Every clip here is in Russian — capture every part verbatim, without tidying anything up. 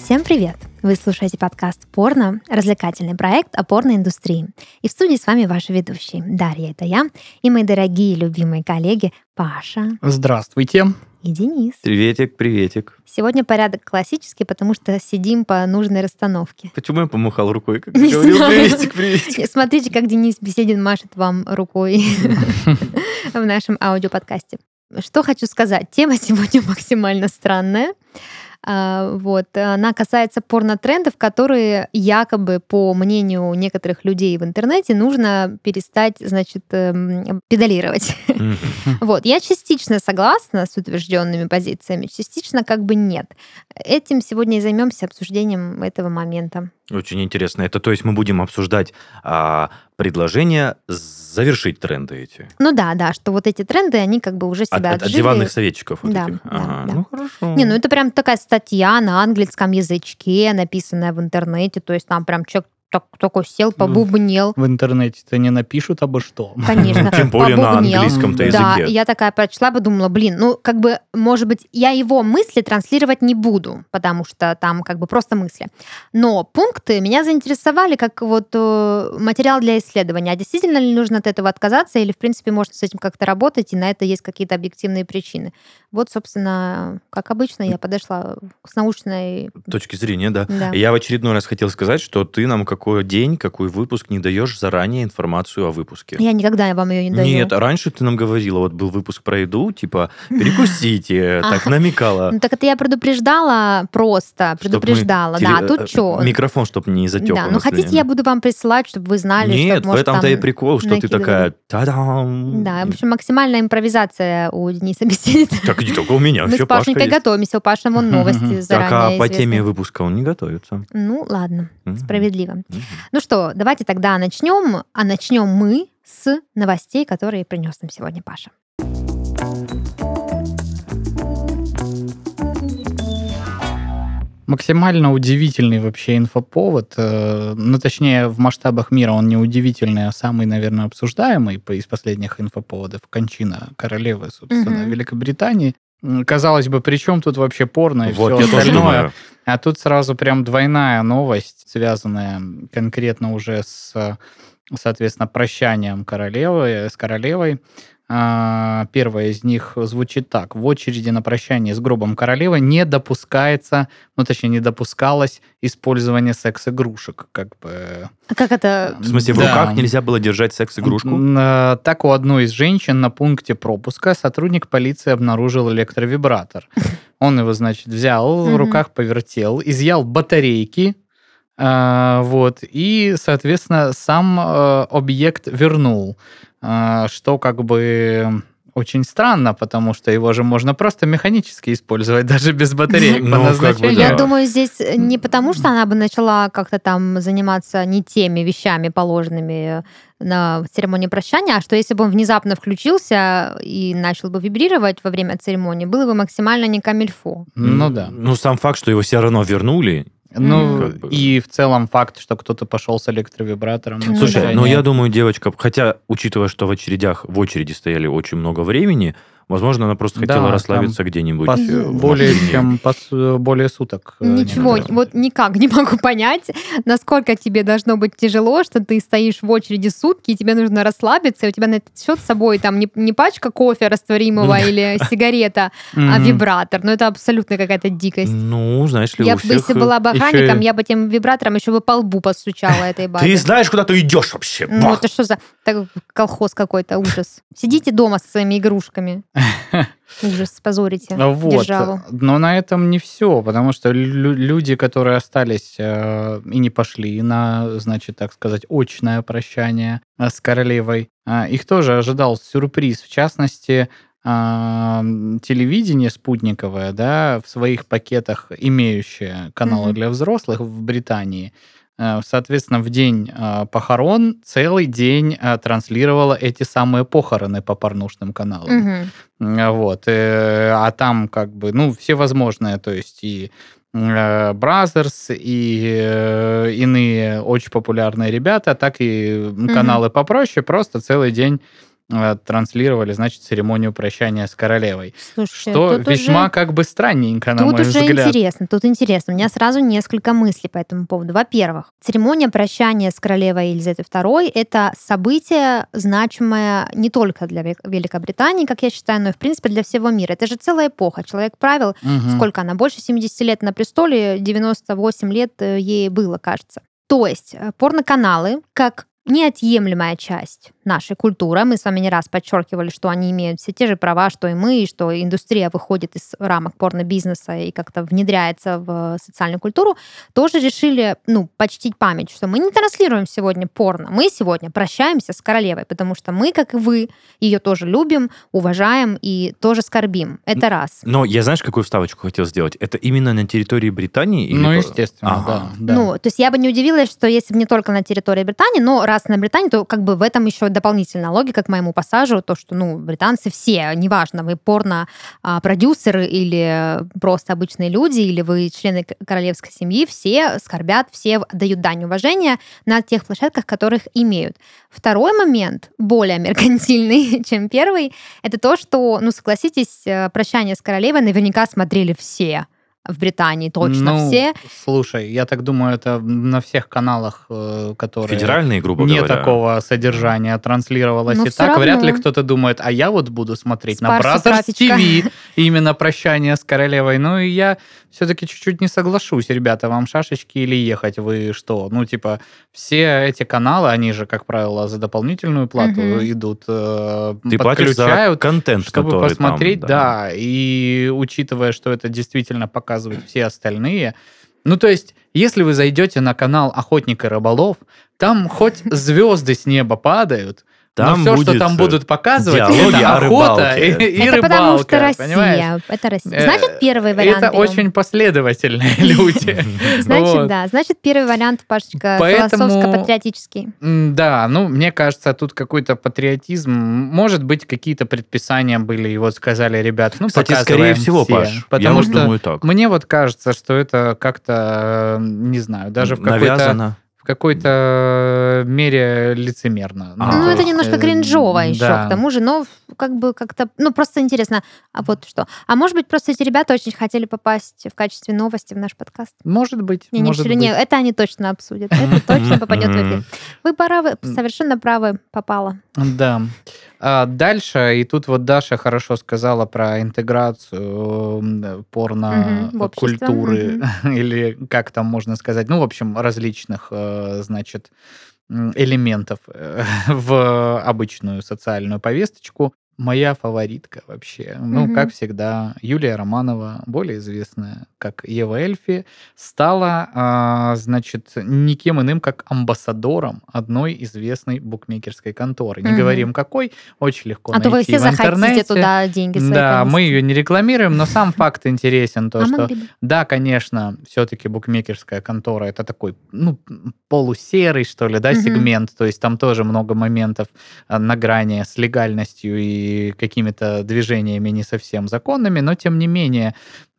Всем привет! Вы слушаете подкаст «Порно», развлекательный проект о порноиндустрии. И в студии с вами ваши ведущие. Дарья — это я, и мои дорогие любимые коллеги Паша. Здравствуйте. И Денис. Приветик, приветик. Сегодня порядок классический, потому что сидим по нужной расстановке. Почему я помахал рукой, как говорил приветик, приветик? Смотрите, как Денис Беседин машет вам рукой в нашем аудиоподкасте. Что хочу сказать. Тема сегодня максимально странная. Вот. Она касается порнотрендов, которые якобы, по мнению некоторых людей в интернете, нужно перестать, значит, педалировать. Mm-hmm. Вот. Я частично согласна с утвержденными позициями, частично как бы нет. Этим сегодня и займемся обсуждением этого момента. Очень интересно. Это то есть мы будем обсуждать а, предложение завершить тренды эти? Ну да, да, что вот эти тренды, они как бы уже себя от, отжили. От диванных советчиков вот да, этих? Да, ага, да. Ну хорошо. Не, ну это прям такая статья на английском язычке, написанная в интернете, то есть там прям человек так, такой сел, побубнел. В интернете-то не напишут обо что. Конечно. Тем более побубнел. на английском-то языке. Да, я такая прочла, подумала, блин, ну как бы, может быть, я его мысли транслировать не буду, потому что там как бы просто мысли. Но пункты меня заинтересовали как вот э, материал для исследования. А действительно ли нужно от этого отказаться, или в принципе можно с этим как-то работать, и на это есть какие-то объективные причины. Вот, собственно, как обычно, я подошла с научной... точки зрения, да. да. Я в очередной раз хотел сказать, что ты нам какой день, какой выпуск не даешь заранее информацию о выпуске. Я никогда вам ее не даю. Нет, раньше ты нам говорила, вот был выпуск про еду, типа, перекусите, так намекала. Ну так это я предупреждала просто, предупреждала. Да, тут что? Микрофон, чтобы не затек. Да, ну хотите, я буду вам присылать, чтобы вы знали, что Нет, в этом-то и прикол, что ты такая та-дам. Да, в общем, максимальная импровизация у Дениса Беседина. Так не только у меня, Мы с Пашенькой готовимся, у Паши вон новости заранее Так, а по известны. теме выпуска он не готовится. Ну, ладно, справедливо. Ну что, давайте тогда начнем, а начнем мы с новостей, которые принес нам сегодня Паша. Максимально удивительный вообще инфоповод. Ну, точнее, в масштабах мира он не удивительный, а самый, наверное, обсуждаемый из последних инфоповодов. Кончина королевы, собственно, угу. Великобритании. Казалось бы, при чем тут вообще порно и вот, все остальное? А тут сразу прям двойная новость, связанная конкретно уже с, соответственно, прощанием королевы, с королевой. Первая из них звучит так. В очереди на прощание с гробом королевы не допускается, ну, точнее, не допускалось использование секс-игрушек. Как бы... А как это? В смысле, в да. руках нельзя было держать секс-игрушку? Так у одной из женщин на пункте пропуска сотрудник полиции обнаружил электровибратор. Он его, значит, взял, в руках повертел, изъял батарейки, вот, и, соответственно, сам объект вернул. Что как бы очень странно, потому что его же можно просто механически использовать, даже без батареек по назначению. Я думаю, здесь не потому, что она бы начала как-то там заниматься не теми вещами, положенными на церемонии прощания, а что если бы он внезапно включился и начал бы вибрировать во время церемонии, было бы максимально не камильфо. Ну да. Ну сам факт, что его все равно вернули. Ну, как бы... и в целом факт, что кто-то пошел с электровибратором. Ну, Слушай, да. ну я думаю, девочка, хотя, учитывая, что в очередях, в очереди стояли очень много времени, возможно, она просто хотела да, расслабиться где-нибудь. Пос... Более чем пос... более суток. Ничего, не вот никак не могу понять, насколько тебе должно быть тяжело, что ты стоишь в очереди сутки, и тебе нужно расслабиться, и у тебя на этот счет с собой там не, не пачка кофе растворимого или сигарета, а вибратор. Ну, это абсолютно какая-то дикость. Ну, знаешь ли, я у бы, всех... если была бы охранником, я бы тем вибратором еще бы по лбу постучала этой бабе. Ты знаешь, куда ты идешь вообще? Ну, это что за колхоз какой-то, ужас. Сидите дома со своими игрушками. Ужас, позорите вот. державу. Но на этом не все, потому что лю- люди, которые остались э, и не пошли на, значит, так сказать, очное прощание э, с королевой, э, их тоже ожидал сюрприз. В частности, э, телевидение спутниковое, да, в своих пакетах, имеющее каналы mm-hmm. для взрослых в Британии, соответственно, в день э, похорон целый день э, транслировала эти самые похороны по порнушным каналам. Угу. Вот. Э, а там как бы, ну, всевозможные, то есть и э, Бразерс, и э, иные очень популярные ребята, так и угу. каналы попроще, просто целый день э, транслировали, значит, церемонию прощания с королевой. Слушайте, Что тут весьма уже, как бы странненько, на тут мой уже взгляд. интересно, тут интересно. У меня сразу несколько мыслей по этому поводу. Во-первых, церемония прощания с королевой Елизаветой второй — это событие, значимое не только для Ве- Великобритании, как я считаю, но и, в принципе, для всего мира. Это же целая эпоха. Человек правил, Мгм. сколько она, больше семидесяти лет на престоле, девяносто восемь лет э, ей было, кажется. То есть э, порноканалы, как неотъемлемая часть нашей культуры. Мы с вами не раз подчеркивали, что они имеют все те же права, что и мы, и что индустрия выходит из рамок порно-бизнеса и как-то внедряется в социальную культуру, тоже решили, ну, почтить память, что мы не транслируем сегодня порно, мы сегодня прощаемся с королевой, потому что мы, как и вы, ее тоже любим, уважаем и тоже скорбим. Это раз. Но я, знаешь, какую вставочку хотел сделать? Это именно на территории Британии? или Ну, то- естественно, Ага. да, да. Ну, то есть я бы не удивилась, что если бы не только на территории Британии, но раз на Британии, то как бы в этом еще дополнительная логика к моему пассажу, то, что, ну, британцы все, неважно, вы порно-продюсеры или просто обычные люди, или вы члены к- королевской семьи, все скорбят, все дают дань уважения на тех площадках, которых имеют. Второй момент, более меркантильный, чем первый, это то, что, ну, согласитесь, э, «Прощание с королевой» наверняка смотрели все в Британии, точно Ну, все. слушай, я так думаю, это на всех каналах, э, которые Федеральные, грубо не говоря. такого содержания транслировалось. Но И всё так вряд ли равно. кто-то думает, а я вот буду смотреть С на Парси Brothers Трафичка. ти ви именно «Прощание с королевой». Ну, и я все-таки чуть-чуть не соглашусь, ребята, вам шашечки или ехать, вы что? Ну, типа, все эти каналы, они же, как правило, за дополнительную плату Мгм. идут, э, Ты платишь за подключают, контент, чтобы который посмотреть, там, да. И учитывая, что это действительно показывают все остальные, ну, то есть, если вы зайдете на канал «Охотник и рыболов», там хоть звезды с неба падают, Там но все, что будет, там э, будут показывать, диалоги это о охота и, рыбалке. и Это рыбалка, потому что понимаешь? Россия. Это Россия. Э, Значит, первый вариант Это берем. очень последовательные люди. Значит, Вот. да. Значит, первый вариант, Пашечка, Поэтому- философско-патриотический. М, Да, ну, мне кажется, тут какой-то патриотизм. Может быть, какие-то предписания были, и вот сказали, ребят, ну, Кстати, скорее показываем всего, все. Паш, я Потому вот что думаю так. мне вот кажется, что это как-то, э, не знаю, даже в какой-то Навязано. в какой-то мере лицемерно. А. Ну, то это есть, немножко э, кринжово еще, да. к тому же, но как бы как-то, ну, просто интересно, а вот что. А может быть, просто эти ребята очень хотели попасть в качестве новости в наш подкаст? Может быть, Не, не может решили, быть. не, это они точно обсудят, это точно попадет в эфир. Мгм. Вы правы, совершенно правы, попало. Да. А дальше, и тут вот Даша хорошо сказала про интеграцию м, Мгм, в порно-культуры, общество, или как там можно сказать, ну, в общем, различных, э, значит, м, элементов э, в обычную социальную повесточку. Моя фаворитка вообще, ну, Мгм. как всегда, Юлия Романова, более известная как Ева Эльфи, стала, а, значит, никем иным, как амбассадором одной известной букмекерской конторы. Не Мгм. говорим какой, очень легко А то вы найти все в захотите интернете. туда деньги свои Да, мы понести. ее не рекламируем, но сам факт интересен, то, А что могли бы. да, конечно, все-таки букмекерская контора это такой, ну, полусерый, что ли, да, Мгм. сегмент, то есть там тоже много моментов а, на грани с легальностью и какими-то движениями не совсем законными, но тем не менее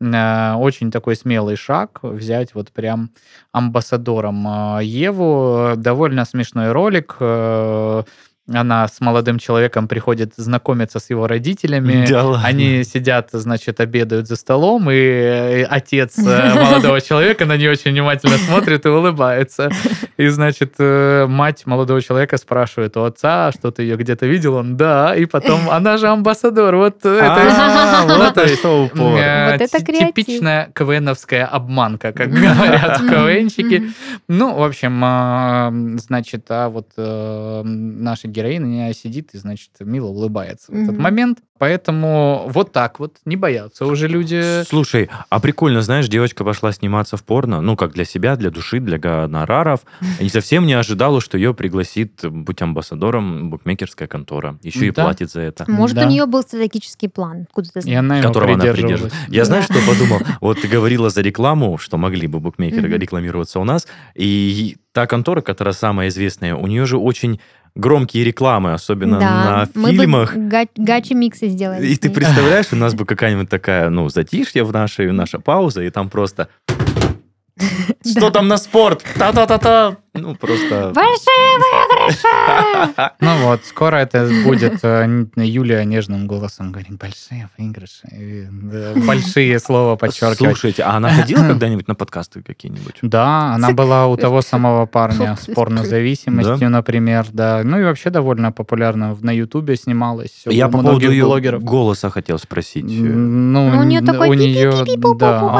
а, очень такой смелый шаг взять вот прям амбассадором а, Еву. Довольно смешной ролик. э, Она с молодым человеком приходит знакомиться с его родителями. Да ладно. Они сидят, значит, обедают за столом, и э, отец э, молодого человека на нее очень внимательно смотрит и улыбается. И, значит, э, мать молодого человека спрашивает у отца, что ты ее где-то видел? Он, да. И потом, она же амбассадор. Вот это... А, Ну, Вот то есть, что упор. э, Вот это ти- креатив. Типичная КВНовская обманка, как говорят Мгм, КВНщики. мгм. Ну, в общем, а, значит, а вот э, наша героиня сидит и, значит, мило улыбается в этот Мгм. момент. Поэтому вот так вот, не боятся уже люди. Слушай, а прикольно, знаешь, девочка пошла сниматься в порно, ну, как для себя, для души, для гонораров. И совсем не ожидала, что ее пригласит быть амбассадором букмекерская контора. Еще и Да. платит за это. Может, Да. у нее был стратегический план, откуда ты И знаешь? она его Которого она придерживалась. придерживается. Я знаешь, Да. что подумал? Вот ты говорила за рекламу, что могли бы букмекеры Мгм. рекламироваться у нас. И та контора, которая самая известная, у нее же очень громкие рекламы, особенно Да, на мы бы фильмах. га- гачи-миксы сделали. И с ты ней. представляешь, у нас бы какая-нибудь такая, ну, затишье в нашей, наша пауза, и там просто... Что там на спорт? Та-та-та-та! Ну, просто... Большие выигрыши! Ну вот, скоро это будет э, Юлия нежным голосом говорить большие выигрыши. И, да, большие слова подчеркивать. Слушайте, а она ходила когда-нибудь на подкасты какие-нибудь? Да, она была у того самого парня с порнозависимостью, например, да. Ну и вообще довольно популярна на Ютубе снималась. Я у по поводу многих ее блогеров. голоса хотел спросить. Ну, Ну, у неё такой у нее, пи-пи-пи-пи-пу-пу-пу-пу-пу-пу-пу-пу-пу-пу-пу-пу-пу-пу-пу-пу-пу-пу.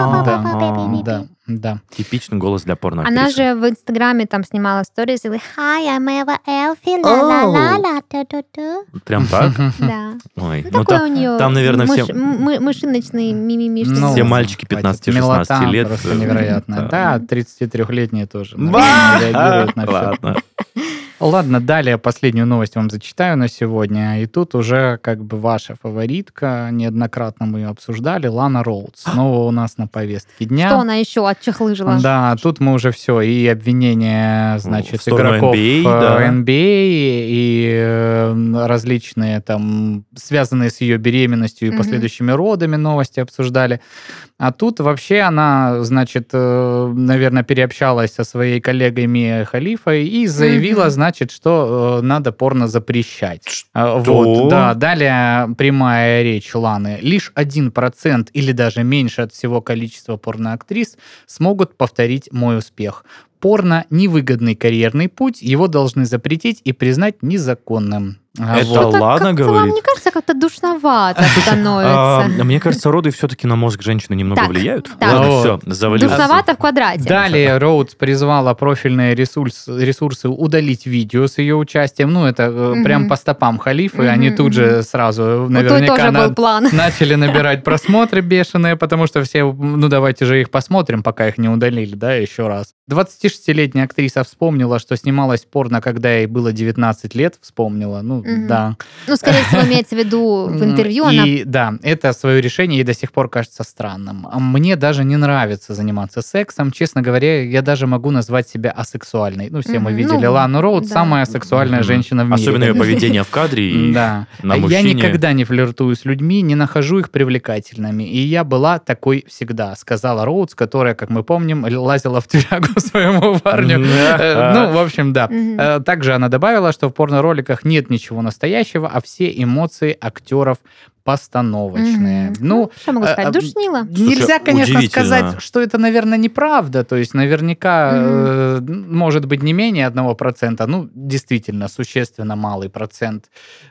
да, да, да. Типичный голос для порно. Она же в Инстаграме там снимала сторис, и говорит, hi, I'm Eva Elfie, ла-ла-ла-ла, ту-ту-ту. Прям так? Да. Ой, Ну, ну такой та- у нее там, наверное, все, мышиночный мимимиш. Ну, все мальчики хватит. пятнадцати-шестнадцати Милота лет. просто э, невероятная. да. Да, тридцатитрёхлетние тоже Ба! нормально реагируют на все. Ладно. Ладно, далее последнюю новость вам зачитаю на сегодня. И тут уже как бы ваша фаворитка, неоднократно мы ее обсуждали, Лана Роудс. Снова у нас на повестке дня. Что она еще отчехлыжила? Да, тут мы уже все, и обвинения, значит, В сторону игроков эн би эй, э, да. эн би эй и э, различные там, связанные с ее беременностью и Мгм. последующими родами новости обсуждали. А тут вообще она, значит, э, наверное, переобщалась со своей коллегой Мией Халифой и заявила, Мгм. значит, что э, надо порно запрещать. А, Вот, да. Далее прямая речь Ланы. Лишь один процент или даже меньше от всего количества порноактрис смогут повторить мой успех. Порно – невыгодный карьерный путь, его должны запретить и признать незаконным. А, Это вот. Так ладно как-то говорить? Вам не кажется, как-то душновато А, становится? Мне кажется, роды все-таки на мозг женщины немного Так, влияют. так. Ладно, Вот. все, завалил. Душновато в квадрате. Далее Роудс призвала профильные ресурс- ресурсы удалить видео с ее участием. Ну, это э, Мгм. прям по стопам Халифы. Мгм, Они тут мгм. же сразу У той наверняка тоже на- был план. начали набирать просмотры бешеные, потому что все, ну давайте же их посмотрим, пока их не удалили, да, еще раз. двадцатишестилетняя актриса вспомнила, что снималась в порно, когда ей было девятнадцать лет, вспомнила, ну, Мгм. да. Ну, скорее всего, имеется в виду в интервью. Она... И да, это свое решение ей до сих пор кажется странным. А мне даже не нравится заниматься сексом. Честно говоря, я даже могу назвать себя асексуальной. Ну, все мы Мгм. видели Ну, Лану Роуд, да. самая сексуальная Мгм. женщина в мире. Особенно ее поведение в кадре и Да. на А Я мужчине. никогда не флиртую с людьми, не нахожу их привлекательными. И я была такой всегда, сказала Роудс, которая, как мы помним, лазила в тюрягу своему парню. Э, Ну, в общем, да. Мгм. Э, Также она добавила, что в порно-роликах нет ничего настоящего, а все эмоции актеров постановочные. Мгм. Ну, Что могу а, сказать? а, Душнило. нельзя, конечно, удивительно. сказать, что это, наверное, неправда. То есть наверняка, Мгм. э, может быть, не менее одного процента, ну, действительно, существенно малый процент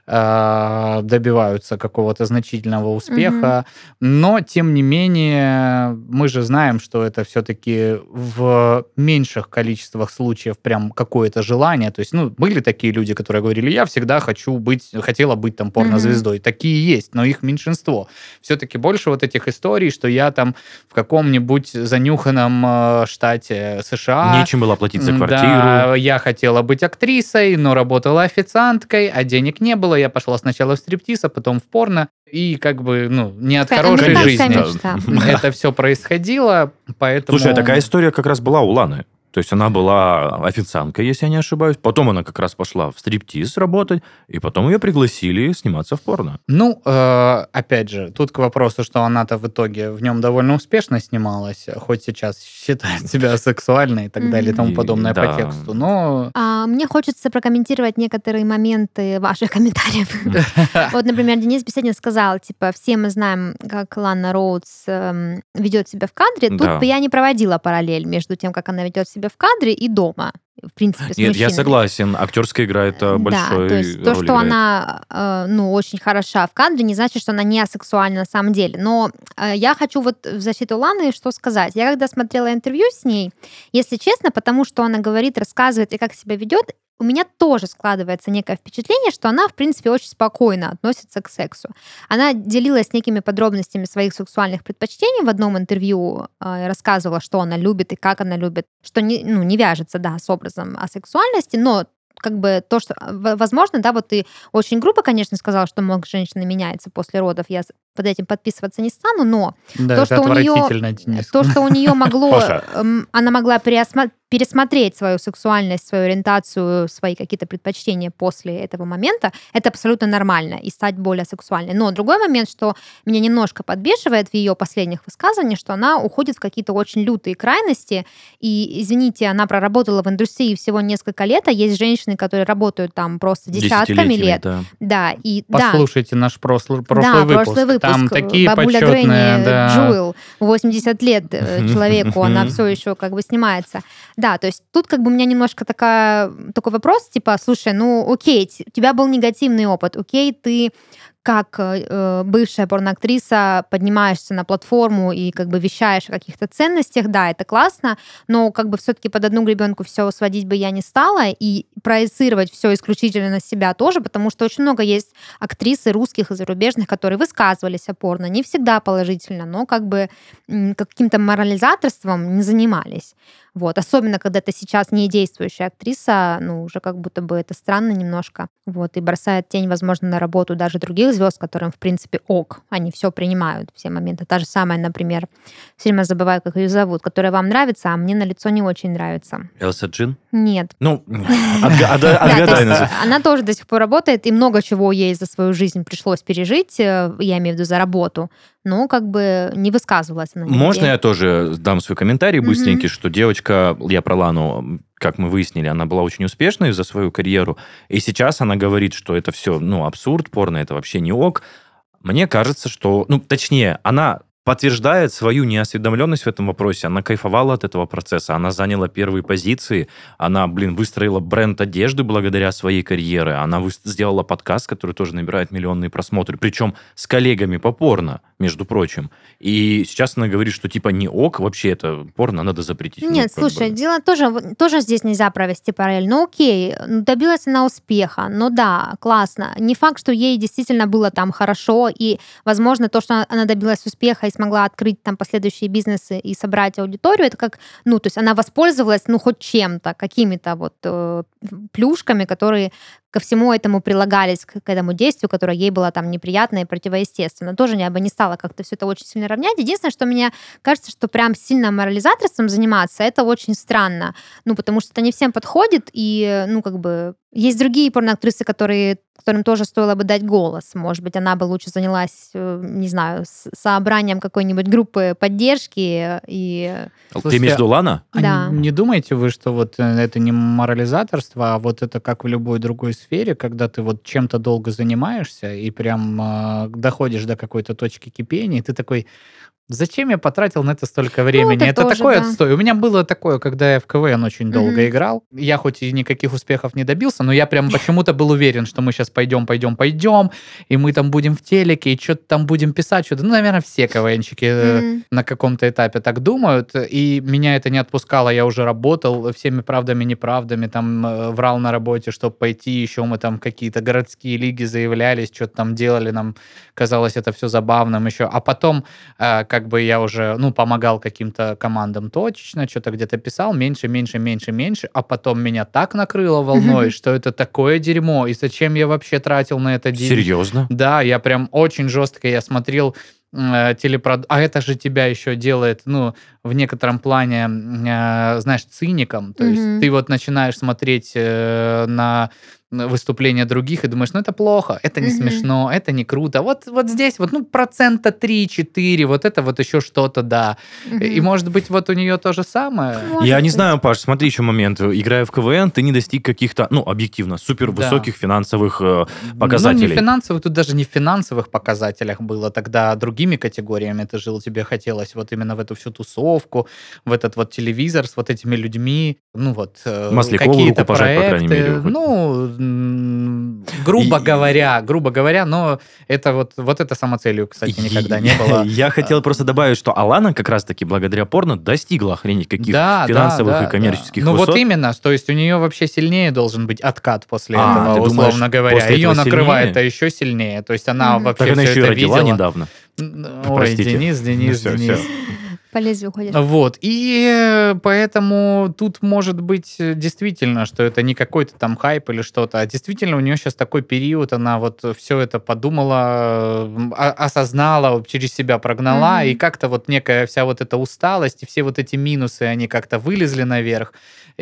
э, добиваются какого-то значительного успеха. Но, тем не менее, мы же знаем, что это все-таки в меньших количествах случаев прям какое-то желание. То есть, ну, были такие люди, которые говорили, я всегда хочу быть, хотела быть там порнозвездой. Такие есть, но их меньшинство. Все-таки больше вот этих историй, что я там в каком-нибудь занюханном э, штате США... Нечем было платить за квартиру. Да, я хотела быть актрисой, но работала официанткой, а денег не было. Я пошла сначала в стриптиз, а потом в порно. И как бы, ну, не от Такая хорошей американская жизни. мечта. Это все происходило, поэтому... Слушай, а такая история как раз была у Ланы. То есть она была официанткой, если я не ошибаюсь. Потом она как раз пошла в стриптиз работать, и потом ее пригласили сниматься в порно. Ну, э, опять же, тут к вопросу, что она-то в итоге в нем довольно успешно снималась, хоть сейчас считает себя сексуальной и так далее и тому И- подобное да. по тексту, но... А, Мне хочется прокомментировать некоторые моменты ваших комментариев. Вот, например, Денис Беседин сказал, типа, все мы знаем, как Лана Роудс эм, ведет себя в кадре. Тут Да. бы я не проводила параллель между тем, как она ведет себя в кадре и дома. В принципе, с Нет, я мужчинами. согласен. Актерская игра это большой Да, то есть то, роль что играет. она э, ну, очень хороша в кадре, не значит, что она не асексуальна на самом деле. Но э, я хочу вот в защиту Ланы что сказать. Я когда смотрела интервью с ней, если честно, потому что она говорит, рассказывает и как себя ведет, у меня тоже складывается некое впечатление, что она, в принципе, очень спокойно относится к сексу. Она делилась некими подробностями своих сексуальных предпочтений в одном интервью, э, рассказывала, что она любит и как она любит, что не, ну, не вяжется, да, с образом асексуальности, но как бы то, что, в- возможно, да, вот ты очень грубо, конечно, сказала, что мозг женщины меняется после родов, я с- под этим подписываться не стану, но Да, то, это что у неё- отвратительно, Денис. то, что у нее могло, Паша. эм, она могла переосма- пересмотреть свою сексуальность, свою ориентацию, свои какие-то предпочтения после этого момента, это абсолютно нормально, и стать более сексуальной. Но другой момент, что меня немножко подбешивает в ее последних высказываниях, что она уходит в какие-то очень лютые крайности, и, извините, она проработала в индустрии всего несколько лет, а есть женщины, которые работают там просто десятками лет. Да. Да, и Послушайте да, наш прошлый, прошлый да, выпуск. прошлый выпуск. Там такие Бабуля почетные, Грэнни да. Джуэл, восемьдесят лет человеку, она все еще как бы снимается. Да, то есть тут как бы у меня немножко такая, такой вопрос, типа, слушай, ну окей, у тебя был негативный опыт, окей, ты как э, бывшая порноактриса поднимаешься на платформу и как бы вещаешь о каких-то ценностях, да, это классно, но как бы все-таки под одну гребенку все сводить бы я не стала и проецировать все исключительно на себя тоже, потому что очень много есть актрис и русских, и зарубежных, которые высказывались о порно, не всегда положительно, но как бы м, каким-то морализаторством не занимались. Вот. Особенно, когда ты сейчас не действующая актриса, ну, уже как будто бы это странно немножко. Вот. И бросает тень, возможно, на работу даже других звезд, которым, в принципе, ок. Они все принимают, все моменты. Та же самая, например, все время забываю, как ее зовут, которая вам нравится, а мне на лицо не очень нравится. Элса Джин? Нет. Ну, отгадай нас. Она тоже до сих пор работает, и много чего ей за свою жизнь пришлось пережить, я имею в виду за работу, но как бы не высказывалась она нигде. Можно я тоже дам свой комментарий быстренький, Мгм. что девочка, я про Лану, как мы выяснили, она была очень успешной за свою карьеру, и сейчас она говорит, что это все, ну, абсурд, порно, это вообще не ок. Мне кажется, что, ну, точнее, она подтверждает свою неосведомленность в этом вопросе. Она кайфовала от этого процесса, она заняла первые позиции, она, блин, выстроила бренд одежды благодаря своей карьере, она вы- сделала подкаст, который тоже набирает миллионные просмотры, причем с коллегами по порно, между прочим. И сейчас она говорит, что типа не ок, вообще это порно надо запретить. Ну, Нет, как бы. слушай, дело тоже, вот- тоже здесь нельзя провести параллель. Ну окей, ну, добилась она успеха, ну да, классно. Не факт, что ей действительно было там хорошо, и, возможно, то, что она добилась успеха и смогла открыть там последующие бизнесы и собрать аудиторию, это как, ну, то есть она воспользовалась, ну, хоть чем-то, какими-то вот э, плюшками, которые ко всему этому прилагались, к, к этому действию, которое ей было там неприятно и противоестественно. Тоже я бы не стала как-то все это очень сильно равнять. Единственное, что мне кажется, что прям сильно морализаторством заниматься, это очень странно. Ну, потому что это не всем подходит, и, ну, как бы, есть другие порноактрисы, которые, которым тоже стоило бы дать голос. Может быть, она бы лучше занялась, э, не знаю, с- собранием какой-нибудь группы поддержки и... Ты Слушайте, имеешь в виду Лана? А Да. не думаете вы, что вот э, это не морализаторство, а вот это как в любой другой сфере, когда ты вот чем-то долго занимаешься и прям э, доходишь до какой-то точки кипения, и ты такой, зачем я потратил на это столько времени? это это тоже, такой да. отстой. У меня было такое, когда я в КВН очень долго Мгм. играл. Я хоть и никаких успехов не добился, но я прям почему-то был уверен, что мы сейчас пойдем, пойдем, пойдем, и мы там будем в телеке, и что-то там будем писать, что-то. Ну, наверное, все КВНщики э, Мгм. на каком-то этапе так думают, и меня это не отпускало, я уже работал всеми правдами, неправдами, там э, врал на работе, чтобы пойти, еще мы там какие-то городские лиги заявлялись, что-то там делали, нам казалось это все забавным еще, а потом э, как бы я уже, ну, помогал каким-то командам точечно, что-то где-то писал, меньше, меньше, меньше, меньше, а потом меня так накрыло волной, что это такое дерьмо, и зачем я вообще тратил на это деньги? Серьезно? Да, я прям очень жестко, я смотрел э, телепрод... А это же тебя еще делает, ну, в некотором плане, э, знаешь, циником. То есть Мгм. ты вот начинаешь смотреть э, на на выступления других и думаешь, ну, это плохо, это не Мгм. смешно, это не круто. Вот, вот здесь вот, ну, процента три-четыре, вот это вот еще что-то, да. И, Мгм. может быть, вот у нее то же самое. Может Я не быть. знаю, Паш, смотри еще момент. Играя в КВН, ты не достиг каких-то, ну, объективно, супер высоких финансовых э, показателей. Ну, не финансовых, тут даже не в финансовых показателях было, тогда другими категориями ты жил, тебе хотелось вот именно в эту всю тусовку, в этот вот телевизор с вот этими людьми, ну вот э, Маслякову какие-то руку пожать, по крайней проекты. мере, хоть. Ну, м, грубо И- говоря, грубо говоря, но это вот, вот это самоцелью, кстати, никогда не было. Я хотел просто добавить, что Алана как раз-таки благодаря порно достигла охренеть каких Да, да, финансовых да, и коммерческих да. Ну высот. вот именно, то есть у нее вообще сильнее должен быть откат после А, этого, ты условно думаешь, говоря. после Ее этого накрывает сильнее? еще сильнее. То есть она Мгм. вообще Так она все еще и это родила видела. недавно. Ой, Простите. Денис, Денис, Ну, всё, Денис. всё. По лезвию ходишь. Вот. И поэтому тут может быть действительно, что это не какой-то там хайп или что-то, а действительно у нее сейчас такой период, она вот все это подумала, осознала, через себя прогнала, mm-hmm. и как-то вот некая вся вот эта усталость и все вот эти минусы, они как-то вылезли наверх,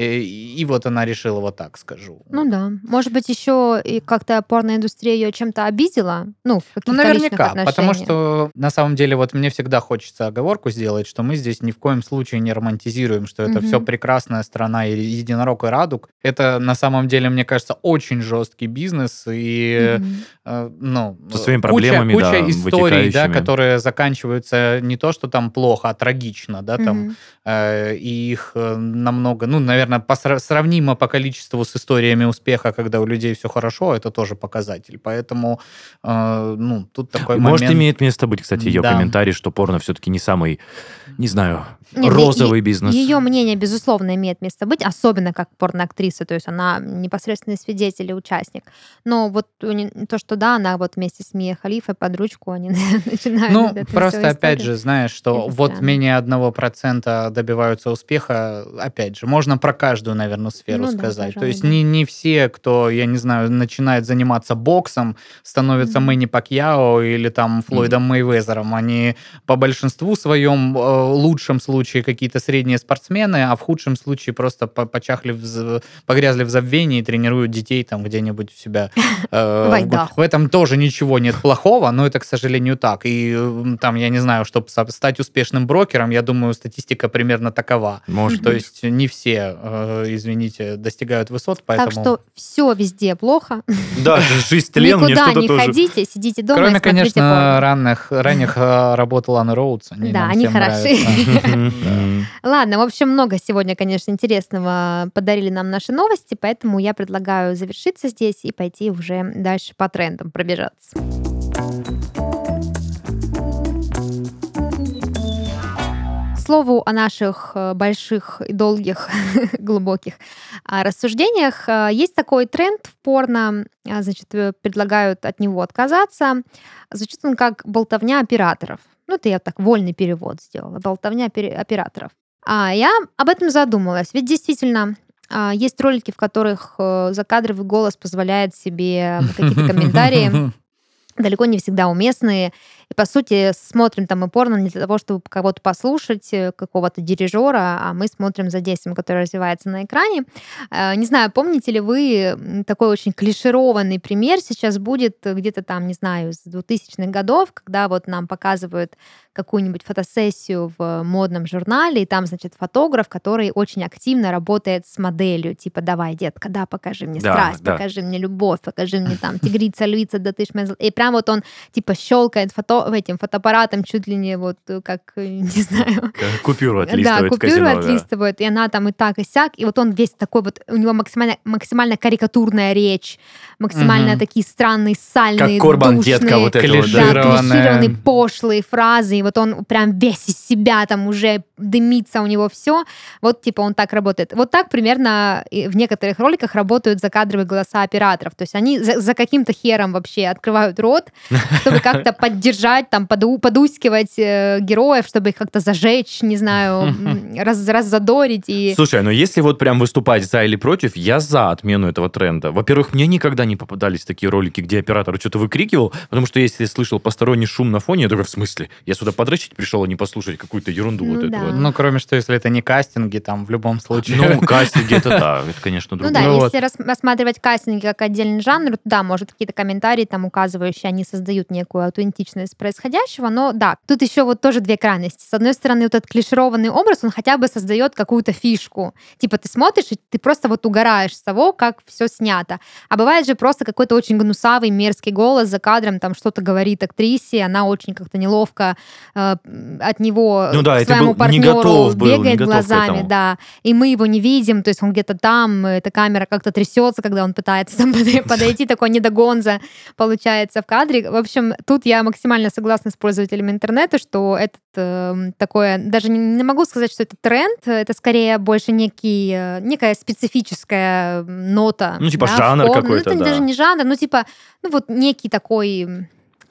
и, и вот она решила, вот так скажу. Ну да. Может быть, еще и как-то порноиндустрия ее чем-то обидела? Ну, в каких-то ну, наверняка, личных отношениях. Потому что на самом деле вот мне всегда хочется оговорку сделать, что мы здесь ни в коем случае не романтизируем, что это mm-hmm. все прекрасная страна единорог и радуг. Это на самом деле, мне кажется, очень жесткий бизнес и mm-hmm. э, ну, со своими проблемами, куча, куча да, историй, да, которые заканчиваются не то, что там плохо, а трагично, да, там, mm-hmm. э, и их намного, ну, наверное, посра- сравнимо по количеству с историями успеха, когда у людей все хорошо, это тоже показатель. Поэтому, э, ну, тут такой Может, момент... Может, имеет место быть, кстати, ее да. комментарий, что порно все-таки не самый, не знаю, Нет, розовый е- бизнес. Ее мнение, безусловно, имеет место быть, особенно как порноактриса, то есть она непосредственный свидетель и участник. Но вот то, что да, она вот вместе с Мией Халифой под ручку они начинают... Ну, просто опять же, знаешь, что Это вот странно. менее одного процента добиваются успеха, опять же, можно про каждую, наверное, сферу Ну да, сказать. То пожалуй, есть да. не, не все, кто, я не знаю, начинает заниматься боксом, становятся Мгм. Мэнни Пакьяо или там Флойдом Мейвезером. Они по большинству своем, э, в лучшем случае какие-то средние спортсмены, а в худшем случае просто по- почахли, в з- погрязли в забвении и тренируют детей там где-нибудь у себя. э, В в, Айдахо. в этом тоже ничего нет плохого, но это, к сожалению, так. И э, там, я не знаю, чтобы со- стать успешным брокером, я думаю, статистика примерно такова. Может То быть. есть не все, э, извините, достигают высот, поэтому... Так что все везде плохо. Да, жизнь тлен, мне Никуда что-то не тоже... ходите, сидите дома и Кроме, смотрите конечно, порно. ранних, ранних э, работ Ланы Роудс. Они Да, нам они всем хороши. нравятся. Мгм. Ладно, в общем, много сегодня, конечно, интересного подарили нам наши новости, поэтому я предлагаю завершиться здесь и пойти уже дальше по трендам пробежаться. К слову о наших э, больших и долгих, глубоких а, рассуждениях, а, есть такой тренд в порно, а, значит, э, предлагают от него отказаться. Звучит он как болтовня операторов. Ну, это я так вольный перевод сделала. Болтовня пере- операторов. А я об этом задумалась. Ведь действительно а, есть ролики, в которых э, закадровый голос позволяет себе какие-то комментарии, далеко не всегда уместные. И, по сути, смотрим там и порно не для того, чтобы кого-то послушать, э, какого-то дирижера, а мы смотрим за действием, которое развивается на экране. Э, Не знаю, помните ли вы м, такой очень клишированный пример сейчас будет э, где-то там, не знаю, с двухтысячных годов, когда вот нам показывают какую-нибудь фотосессию в модном журнале, и там, значит, фотограф, который очень активно работает с моделью, типа, давай, детка, да, покажи мне Да, страсть, да. покажи мне любовь, покажи мне там тигрица, львица, да ты ж моя зол-». И прям вот он, типа, щелкает фото этим фотоаппаратом чуть ли не вот э, как, э, не знаю, Как Купюру да, отлистывает в купюры казино, да. отлистывают, и она там и так, и сяк, и вот он весь такой вот, у него максимально, максимально карикатурная речь, максимально Мгм. такие странные, сальные, Как Корбан душные, детка вот это вот, да. да, Клишированная. клишированные, пошлые фразы, и вот он прям весь из себя там уже дымится у него все, вот типа он так работает. Вот так примерно и в некоторых роликах работают закадровые голоса операторов, то есть они за, за каким-то хером вообще открывают рот, чтобы как-то поддержать, там, поду, подускивать э, героев, чтобы их как-то зажечь, не знаю, м, раз, раззадорить. И... Слушай, но если вот прям выступать за или против, я за отмену этого тренда. Во-первых, мне никогда не попадались такие ролики, где оператор что-то выкрикивал, потому что если я слышал посторонний шум на фоне, я такой, в смысле? Я сюда подрочить пришел, а не послушать какую-то ерунду Ну вот эту да. вот. Ну, кроме что, если это не кастинги, там в любом случае. Ну, кастинги, это да, это, конечно, Ну другое. да, Ну если рас- рассматривать кастинги как отдельный жанр, то да, может, какие-то комментарии там указывающие, они создают некую аутентичность происходящего, но да, тут еще вот тоже две крайности. С одной стороны, вот этот клишированный образ, он хотя бы создает какую-то фишку. Типа ты смотришь, и ты просто вот угораешь с того, как все снято. А бывает же просто какой-то очень гнусавый, мерзкий голос за кадром, там что-то говорит актрисе, она очень как-то неловко э, от него Ну да, к и ты своему был не партнеру готов был, не бегает готов к глазами, этому. да, и мы его не видим, то есть он где-то там, эта камера как-то трясется, когда он пытается там подой- подойти, такой недогонза получается в кадре. В общем, тут я максимально согласна с пользователями интернета, что этот э, такое, даже не, не могу сказать, что это тренд, это скорее больше некий, э, некая специфическая нота. Ну, типа да, в жанр порно. какой-то, Ну, это да. даже не жанр, ну, типа, ну, вот некий такой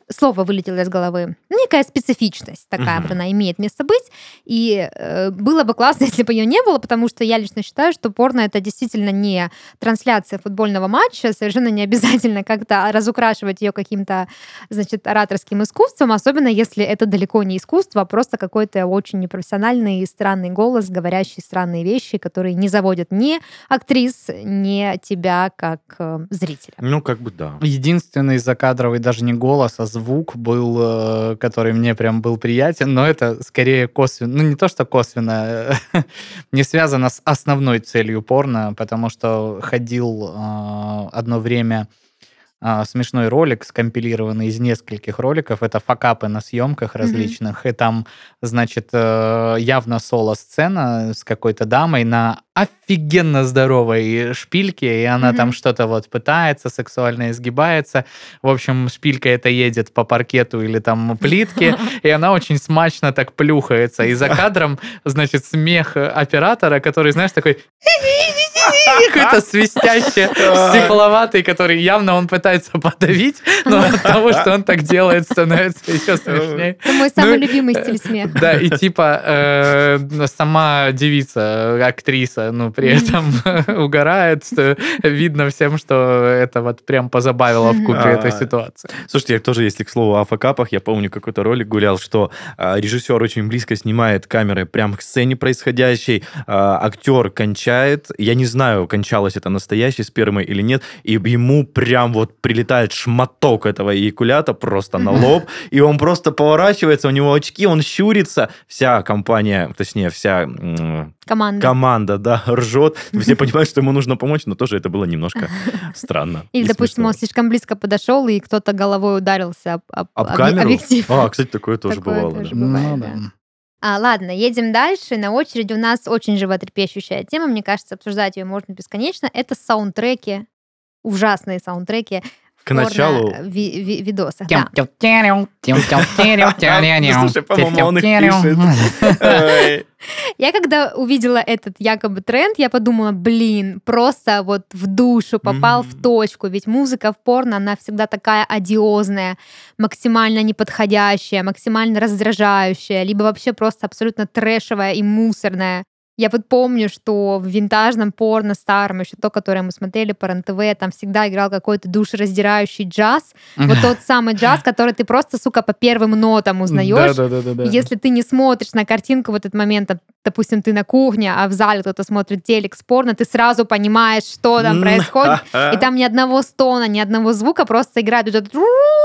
слово вылетело из головы. Некая специфичность такая Мгм. вот она имеет место быть. И э, было бы классно, если бы ее не было, потому что я лично считаю, что порно это действительно не трансляция футбольного матча, совершенно не обязательно как-то разукрашивать ее каким-то, значит, ораторским искусством, особенно если это далеко не искусство, а просто какой-то очень непрофессиональный и странный голос, говорящий странные вещи, которые не заводят ни актрис, ни тебя как э, зрителя. Ну, как бы да. Единственный закадровый даже не голос, а звук был, э, который мне прям был приятен, но это скорее косвенно, ну не то, что косвенно, не связано с основной целью порно, потому что ходил э, одно время а, смешной ролик, скомпилированный из нескольких роликов. Это факапы на съемках Мгм. различных. И там, значит, э, явно соло-сцена с какой-то дамой на офигенно здоровой шпильке, и она там Мгм. что-то вот пытается, сексуально изгибается. В общем, шпилька эта едет по паркету или там плитке, и она очень смачно так плюхается. И за кадром, значит, смех оператора, который, знаешь, такой какой-то свистящий, стекловатый, который явно он пытается подавить, но от того, что он так делает, становится еще смешнее. Это мой самый Ну, любимый э, стиль смеха. Да, и типа э, сама девица, актриса, ну, при этом угорает, что видно всем, что это вот прям позабавило в купе Мгм. этой А, ситуации. Слушайте, я тоже, если к слову о факапах, я помню какой-то ролик гулял, что а, режиссер очень близко снимает камерой прямо к сцене происходящей, а, актер кончает, я не знаю, кончалось это настоящей спермой или нет, и ему прям вот прилетает шматок этого эякулята просто на лоб, и он просто поворачивается, у него очки, он щурится, вся компания, точнее, вся м, Команда. команда, да, ржет, все понимают, что ему нужно помочь, но тоже это было немножко странно. Или, и допустим, смешно. он слишком близко подошел, и кто-то головой ударился об, об- Об объ- камеру? объектив. А, кстати, такое тоже Такое бывало. тоже да. бывает, Ну да. да. А, ладно, едем дальше. На очереди у нас очень животрепещущая тема. Мне кажется, обсуждать ее можно бесконечно. Это саундтреки, ужасные саундтреки в К началу- порно-видосах. Да. Ну, слушай, по-моему, он их пишет. Ой. Я когда увидела этот якобы тренд, я подумала, блин, просто вот в душу попал в Мгм. точку, ведь музыка в порно, она всегда такая одиозная, максимально неподходящая, максимально раздражающая, либо вообще просто абсолютно трэшевая и мусорная. Я вот помню, что в винтажном порно старом, еще то, которое мы смотрели по эр эн тэ вэ, там всегда играл какой-то душераздирающий джаз. Вот тот самый джаз, который ты просто, сука, по первым нотам узнаешь. Да-да-да-да. Если ты не смотришь на картинку в этот момент, а, допустим, ты на кухне, а в зале кто-то смотрит телек с порно, ты сразу понимаешь, что там происходит. И там ни одного стона, ни одного звука, просто играет вот этот...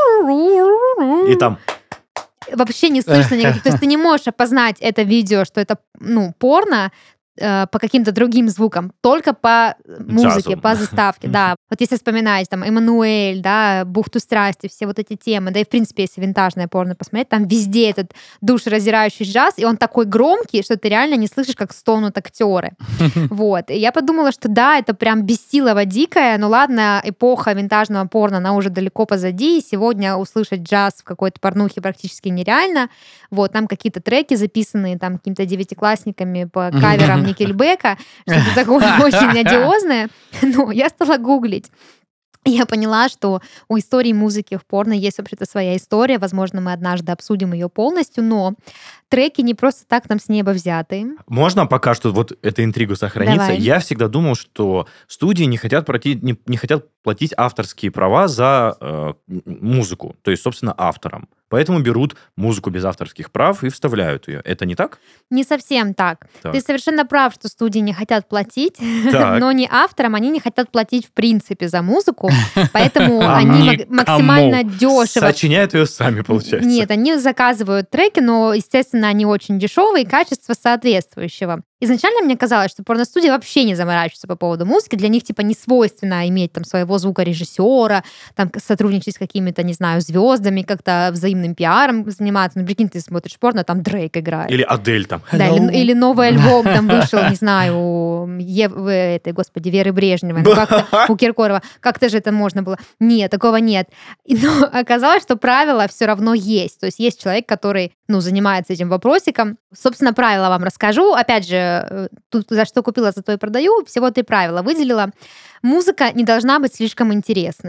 И там Вообще не слышно никаких. То есть ты не можешь опознать это видео, что это, ну, порно, э, по каким-то другим звукам, только по музыке, Джазу. по заставке, да. Вот если вспоминать, там, Эммануэль, да, Бухту страсти, все вот эти темы, да и, в принципе, если винтажное порно посмотреть, там везде этот душераздирающий джаз, и он такой громкий, что ты реально не слышишь, как стонут актеры. Вот. И я подумала, что да, это прям бессилово дикое, но ладно, эпоха винтажного порно, она уже далеко позади, и сегодня услышать джаз в какой-то порнухе практически нереально. Вот, там какие-то треки записанные там какими-то девятиклассниками по каверам Никельбека, что-то такое очень одиозное. Но я стала гуглить. И я поняла, что у истории музыки в порно есть вообще-то своя история. Возможно, мы однажды обсудим ее полностью, но треки не просто так нам с неба взяты. можно пока что вот эта интрига сохранится. Давай. Я всегда думал, что студии не хотят платить, не, не хотят платить авторские права за э, м- музыку, то есть, собственно, авторам. Поэтому берут музыку без авторских прав и вставляют ее. Это не так? Не совсем так. Так. Ты совершенно прав, что студии не хотят платить, Так. но не авторам, они не хотят платить в принципе за музыку, поэтому А они мак- никому. максимально дешево. Сочиняют ее сами, получается. Нет, они заказывают треки, но, естественно, они очень дешевые, качество соответствующего. Изначально мне казалось, что порностудии вообще не заморачиваются по поводу музыки. Для них, типа, не свойственно иметь там своего звукорежиссера, там, к- сотрудничать с какими-то, не знаю, звездами, как-то взаимным пиаром заниматься. Ну, прикинь, ты смотришь порно, там Дрейк играет. Или Адель там. Да, или, Hello. или новый альбом там вышел, не знаю, у Ев- в этой, господи, Веры Брежневой. Ну, как-то у Киркорова. Как-то же это можно было. Нет, такого нет. И, но оказалось, что правила все равно есть. То есть есть человек, который, ну, занимается этим вопросиком. Собственно, правила вам расскажу. Опять же, э, тут за что купила, за то и продаю. Всего три правила выделила. Музыка не должна быть слишком интересной.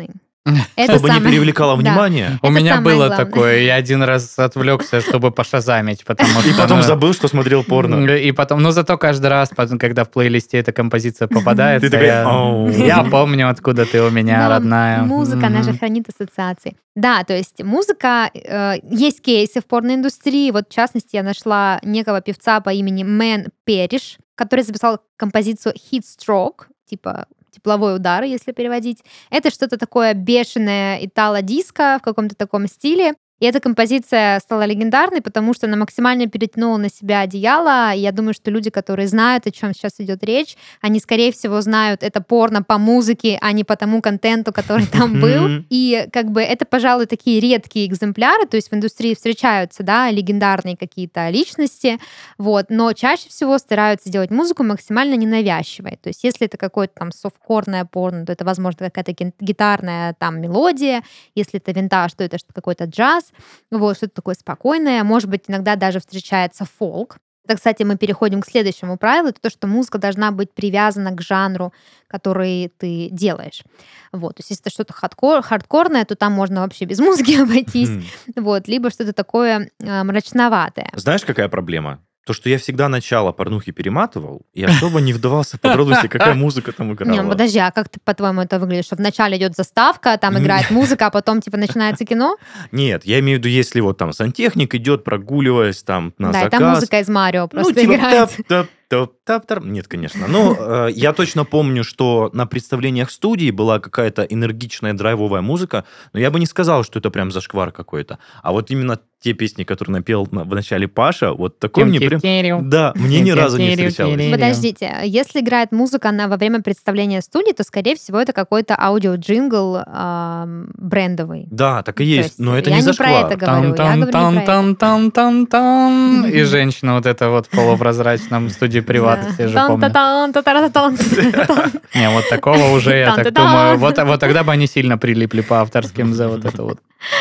Это Чтобы не самое- привлекало да. внимание. У Это меня самое было главное. такое, я один раз отвлекся, чтобы пошазамить, потому И что... потом ну, забыл, что смотрел порно. И потом, ну зато каждый раз, потом, когда в плейлисте эта композиция попадается, Ты такой, я, «Оу». я помню, откуда ты у меня, Но родная. музыка, она же Мгм. хранит ассоциации. Да, то есть музыка, э, есть кейсы в порноиндустрии. Вот, в частности, я нашла некого певца по имени Мэн Перриш, который записал композицию Heat Stroke, типа тепловой удар, если переводить. Это что-то такое бешеное итало-диско в каком-то таком стиле. И эта композиция стала легендарной, потому что она максимально перетянула на себя одеяло. И я думаю, что люди, которые знают, о чем сейчас идет речь, они, скорее всего, знают это порно по музыке, а не по тому контенту, который там был. Мгм. И как бы это, пожалуй, такие редкие экземпляры, то есть в индустрии встречаются, да, легендарные какие-то личности, вот, но чаще всего стараются делать музыку максимально ненавязчивой. То есть если это какое-то там софткорное порно, то это, возможно, какая-то ги- гитарная там мелодия, если это винтаж, то это что-то какой-то джаз, вот, что-то такое спокойное, может быть, иногда даже встречается фолк. Это, кстати, мы переходим к следующему правилу, это то, что музыка должна быть привязана к жанру, который ты делаешь. Вот, то есть если это что-то хардкор, хардкорное, то там можно вообще без музыки обойтись, Хм. вот, либо что-то такое э, мрачноватое. Знаешь, какая проблема? То, что я всегда начало порнухи перематывал, и особо не вдавался в подробности, какая музыка там Не, ну играла. подожди, а как ты, по-твоему, это выглядит? Что вначале идет заставка, там М. играет музыка, а потом, типа, начинается кино? Нет, я имею в виду, если вот там сантехник идет, прогуливаясь там на Да, заказ. это музыка из Марио Ну, просто типа играет. тап-тап-тап-тап. Нет, конечно. Но э, я точно помню, что на представлениях студии была какая-то энергичная драйвовая музыка, но я бы не сказал, что это прям зашквар какой-то. А вот именно те песни, которые напел на- в начале Паша, вот такой мне прям... Да, мне ни разу не встречалось. Тирю-тирю. Подождите, если играет музыка на, во время представления студии, то, скорее всего, это какой-то аудиоджингл ам, брендовый. Да, так и То есть, есть но это я не не про зашквар. это говорю, я говорю не про это. Там-там-там-там-там-там. И женщина вот эта вот в полупрозрачном студии приват, Да. все же помнят. Тан-та-тан, та-та-тан. Не, вот такого уже, я так Тан-та-тан. думаю, вот, вот тогда бы они сильно прилипли по авторским за вот это вот.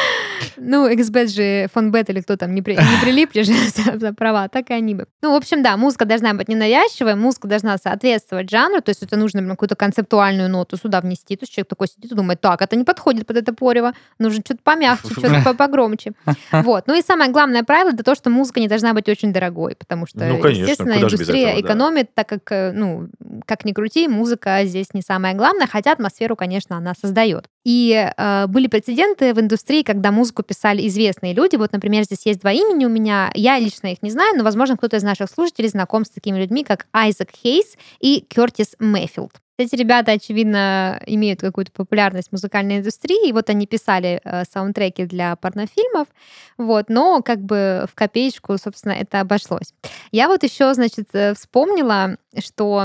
Ну, икс бет же, фонбет или кто там, не, при- не прилипли же за, за права, так и они бы. Ну, в общем, да, музыка должна быть ненавязчивая, музыка должна соответствовать жанру, то есть это нужно прям какую-то концептуальную ноту сюда внести, то есть человек такой сидит и думает, так, это не подходит под это порево, нужно что-то помягче, что-то по- погромче. Вот. Ну и самое главное правило, это то, что музыка не должна быть очень дорогой, потому что, Ну, конечно, естественно, куда же без индустрия этого, да. экономит, так как, э, ну, как ни крути, музыка здесь не самое главное, хотя атмосферу, конечно, она создает. И э, были прецеденты в индустрии, когда музыку писали известные люди. Вот, например, здесь есть два имени у меня. Я лично их не знаю, но, возможно, кто-то из наших слушателей знаком с такими людьми, как Айзек Хейс и Кертис Мэйфилд. Эти ребята, очевидно, имеют какую-то популярность в музыкальной индустрии, и вот они писали э, саундтреки для порнофильмов, вот, но как бы в копеечку, собственно, это обошлось. Я вот еще, значит, э, вспомнила, что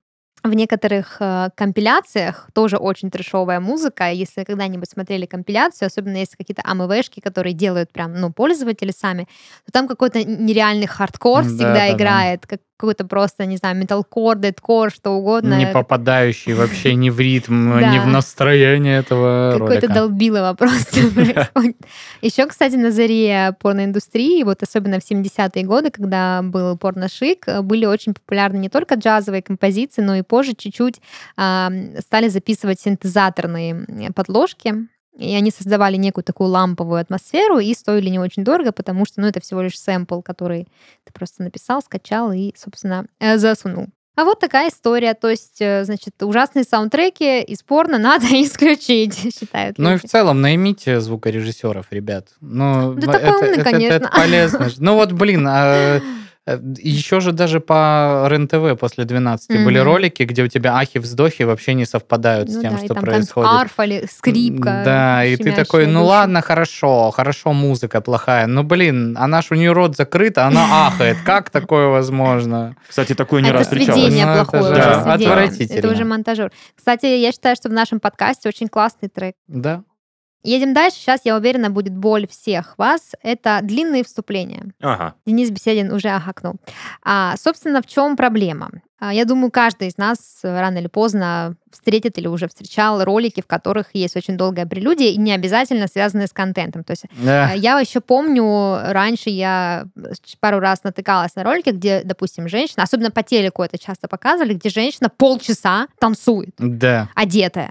в некоторых э, компиляциях тоже очень трешовая музыка. Если когда-нибудь смотрели компиляцию, особенно если какие-то АМВшки, которые делают прям, ну, пользователи сами, то там какой-то нереальный хардкор Да, всегда да, да. играет, как какой-то просто, не знаю, металкор, дедкор, что угодно. Не попадающий вообще ни в ритм, Да. ни в настроение этого Какое-то ролика. долбилово просто происходит. Еще, кстати, на заре порноиндустрии, вот особенно в семидесятые годы, когда был порношик, были очень популярны не только джазовые композиции, но и позже чуть-чуть а, стали записывать синтезаторные подложки. И они создавали некую такую ламповую атмосферу и стоили не очень дорого, потому что, ну, это всего лишь сэмпл, который ты просто написал, скачал и, собственно, э, засунул. А вот такая история. То есть, э, значит, ужасные саундтреки из порно надо исключить, считают Ну и люди. в целом наймите звукорежиссеров, ребят. Ну, Да в- такой это, умный, это- конечно. это полезно. ж. Ну вот, блин, а, э, еще же даже по РЕН-ТВ после двенадцати были Мгм. ролики, где у тебя ахи-вздохи вообще не совпадают с Ну тем, да, и что там происходит. там арфа или скрипка, Да, и ты щемящая такой, ну душу. ладно, хорошо, хорошо, музыка плохая. Ну, блин, она ж у нее рот закрыт, а она ахает. Как такое возможно? Кстати, такое не Это раз встречалось. сведение Ну, это плохое, же уже Да. сведение. отвратительно. Это уже монтажер. Кстати, я считаю, что в нашем подкасте очень классный трек. Да. Едем дальше. Сейчас, я уверена, будет боль всех вас. Это длинные вступления. Ага. Денис Беседин уже ахакнул. А, собственно, в чем проблема? А, я думаю, каждый из нас э, рано или поздно встретит или уже встречал ролики, в которых есть очень долгая прелюдия и не обязательно связанные с контентом. То есть Да. э, я еще помню, раньше я пару раз натыкалась на ролики, где, допустим, женщина, особенно по телеку это часто показывали, где женщина полчаса танцует, Да. одетая.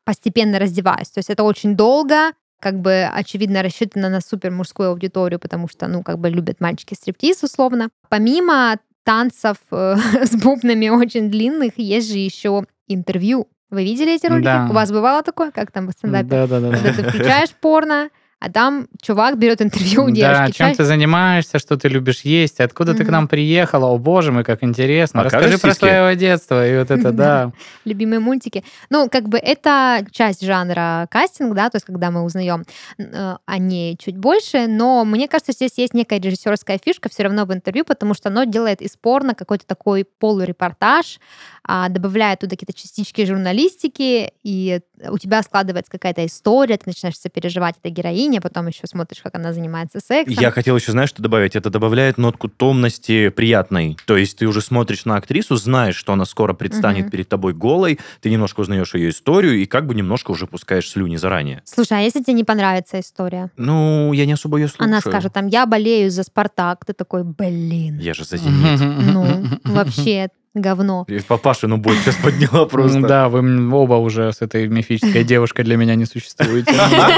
постепенно раздеваюсь. То есть это очень долго, как бы, очевидно, рассчитано на супер мужскую аудиторию, потому что, ну, как бы любят мальчики стриптиз, условно. Помимо танцев э, с бубнами очень длинных, есть же еще интервью. Вы видели эти ролики? Да. У вас бывало такое, как там в стендапе? Да-да-да. Когда ты включаешь порно, а там чувак берет интервью у Да, девушки. чем Ча- ты занимаешься, что ты любишь есть, откуда ты к Мгм. нам приехала, о боже мой, как интересно. Покажешь Расскажи про сиськи? свое детство, и вот это, да. Любимые мультики. Ну, как бы это часть жанра кастинг, да, то есть когда мы узнаем э, о ней чуть больше, но мне кажется, здесь есть некая режиссерская фишка все равно в интервью, потому что оно делает из порно какой-то такой полурепортаж, а, добавляет туда какие-то частички журналистики, и у тебя складывается какая-то история, ты начинаешь сопереживать этой героине, потом еще смотришь, как она занимается сексом. Я хотел еще, знаешь, что добавить? Это добавляет нотку томности приятной. То есть ты уже смотришь на актрису, знаешь, что она скоро предстанет Мгм. перед тобой голой, ты немножко узнаешь ее историю и как бы немножко уже пускаешь слюни заранее. Слушай, а если тебе не понравится история? Ну, я не особо ее слушаю. Она скажет, там, я болею за «Спартак», ты такой, блин, Я же за «Зенит». ну, вообще, говно. И Папашину боль сейчас подняла просто. Да, вы м- оба уже с этой мифической девушкой для меня не существуете.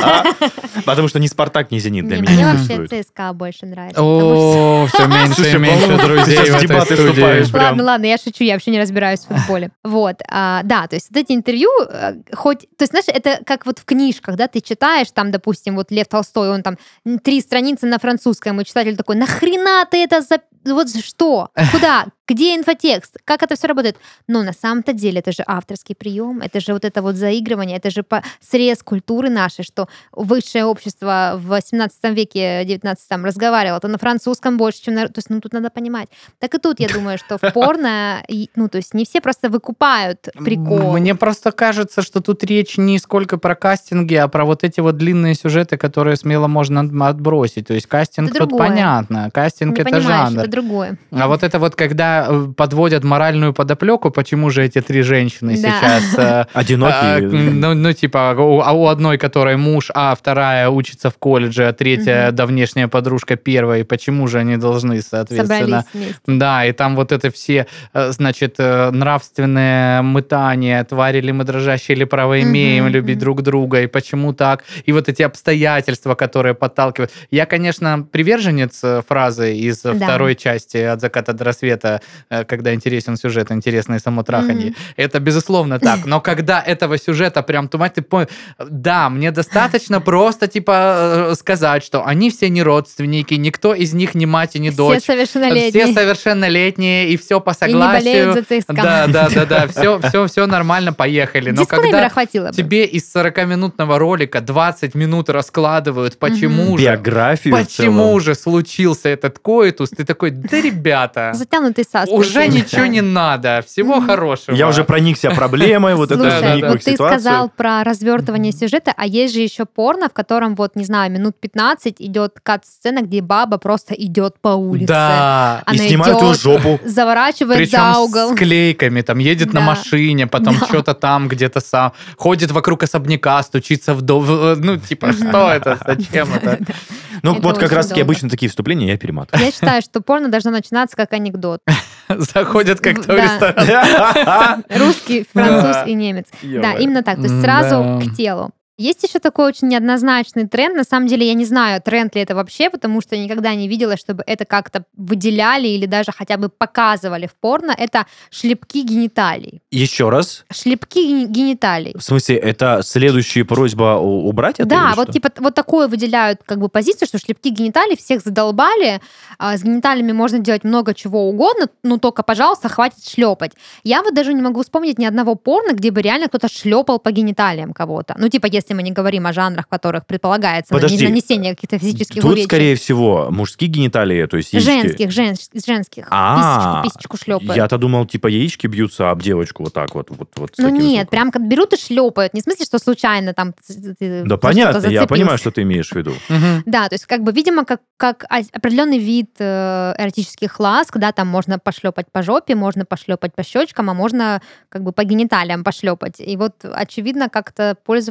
Потому что ни «Спартак», ни «Зенит» для Не, меня мне не вообще существует. ЦСКА больше нравится. потому что- О, все меньше и Слушай, меньше по-моему, ты друзей сейчас в в этой дебаты студии. вступаешь. прям. Ладно, ладно, я шучу, я вообще не разбираюсь в футболе. Вот, а, да, то есть вот эти интервью, э, хоть, то есть, знаешь, это как вот в книжках, да, ты читаешь, там, допустим, вот Лев Толстой, он там м, три страницы на французском, и читатель такой, нахрена ты это за... Вот что? Куда? Где инфотекст? Как это все работает? Но на самом-то деле это же авторский прием, это же вот это вот заигрывание, это же по- срез культуры нашей, что высшее общество в восемнадцатом веке, девятнадцатом разговаривало то на французском больше, чем на... То есть, ну, тут надо понимать. Так и тут, я думаю, что в порно, и, ну, то есть не все просто выкупают прикол. Мне просто кажется, что тут речь не сколько про кастинги, а про вот эти вот длинные сюжеты, которые смело можно от- отбросить. То есть кастинг Это тут другое. понятно, кастинг Не это понимаешь, жанр. это другое. А вот это вот, когда э, подводят моральную подоплеку, почему же эти три женщины Да. сейчас... э, а, Одинокий. Ну, ну, типа, у, а у одной, которой муж, а вторая учится в колледже, а третья Мгм. давнешняя подружка первой, почему же они должны, соответственно... Собрались вместе. Да, и там вот это все, э, значит, э, нравственные мытания, твари ли мы дрожащие или право имеем, Мгм, любить мгм. друг друга, и почему так, и вот эти обстоятельства, которые подталкивают. Я, конечно, приверженец э, фразы из Да. второй части «От заката до рассвета», э, когда интересен сюжет, интересно и само траханье. Мгм. Это, безусловно, так. Но когда этого сюжета прям тумать, ты понял, да, мне достаточно просто, типа, э, сказать, что они все не родственники, никто из них не мать и не Все дочь. совершеннолетние. Все совершеннолетние, и все по И не болеют согласию. за ЦСКА. Да, да, да, да, все, все, все нормально, поехали. Но Дисклеймера когда хватило бы. тебе из сорокаминутного ролика двадцать минут раскладывают, почему же, Биографию в почему целом. же случился этот коитус, ты такой, да, ребята, Затянутый саспенс. уже я ничего считаю. не надо, всего Мгм. хорошего. Я уже проникся проблемой, вот это Слушай, да, вник в вот их ты ситуацию. сказал про развертывание сюжета, а есть же еще порно, в котором вот, не знаю, минут пятнадцать идет кат-сцена, где баба просто идет по улице. Да. И Она снимают идет, ее жопу. заворачивает Причем за угол. с клейками, там едет на Да. машине, потом Да. что-то там где-то сам, ходит вокруг особняка, стучится в дом, ну типа, что это, зачем это? Ну, Это вот как очень раз-таки долго. обычно такие вступления я перематываю. Я считаю, что порно должно начинаться как анекдот. Заходят как-то в Да. ресторан. Русский, француз и немец. Да, Ё-моё. именно так. То есть М, сразу да. к телу. Есть еще такой очень неоднозначный тренд. На самом деле я не знаю, тренд ли это вообще, потому что я никогда не видела, чтобы это как-то выделяли или даже хотя бы показывали в порно. Это шлепки гениталий. Еще раз. Шлепки ген- гениталий. В смысле, это следующая просьба у- убрать это? Да, или вот что? типа вот такое выделяют как бы позицию, что шлепки гениталий всех задолбали, а, с гениталиями можно делать много чего угодно, но только, пожалуйста, хватит шлепать. Я вот даже не могу вспомнить ни одного порно, где бы реально кто-то шлепал по гениталиям кого-то. Ну, типа, если мы не говорим о жанрах, в которых предполагается Подожди. нанесение каких-то физических Тут, увечий. скорее всего, мужские гениталии, то есть яички. Женских, жен- женских. А, Писечку, писечку шлепают. Я-то думал, типа, яички бьются об девочку вот так вот. вот, вот с Ну таким нет, звуком. прям как берут и шлепают. Не в смысле, что случайно там ц- ц- ты Да, за понятно, что-то я зацепился. понимаю, что ты имеешь в виду. Мгм. Да, то есть как бы, видимо, как, как о- определенный вид э, эротических ласк, да, там можно пошлепать по жопе, можно пошлепать по щечкам, а можно как бы по гениталиям пошлепать. И вот, очевидно, как-то пользователи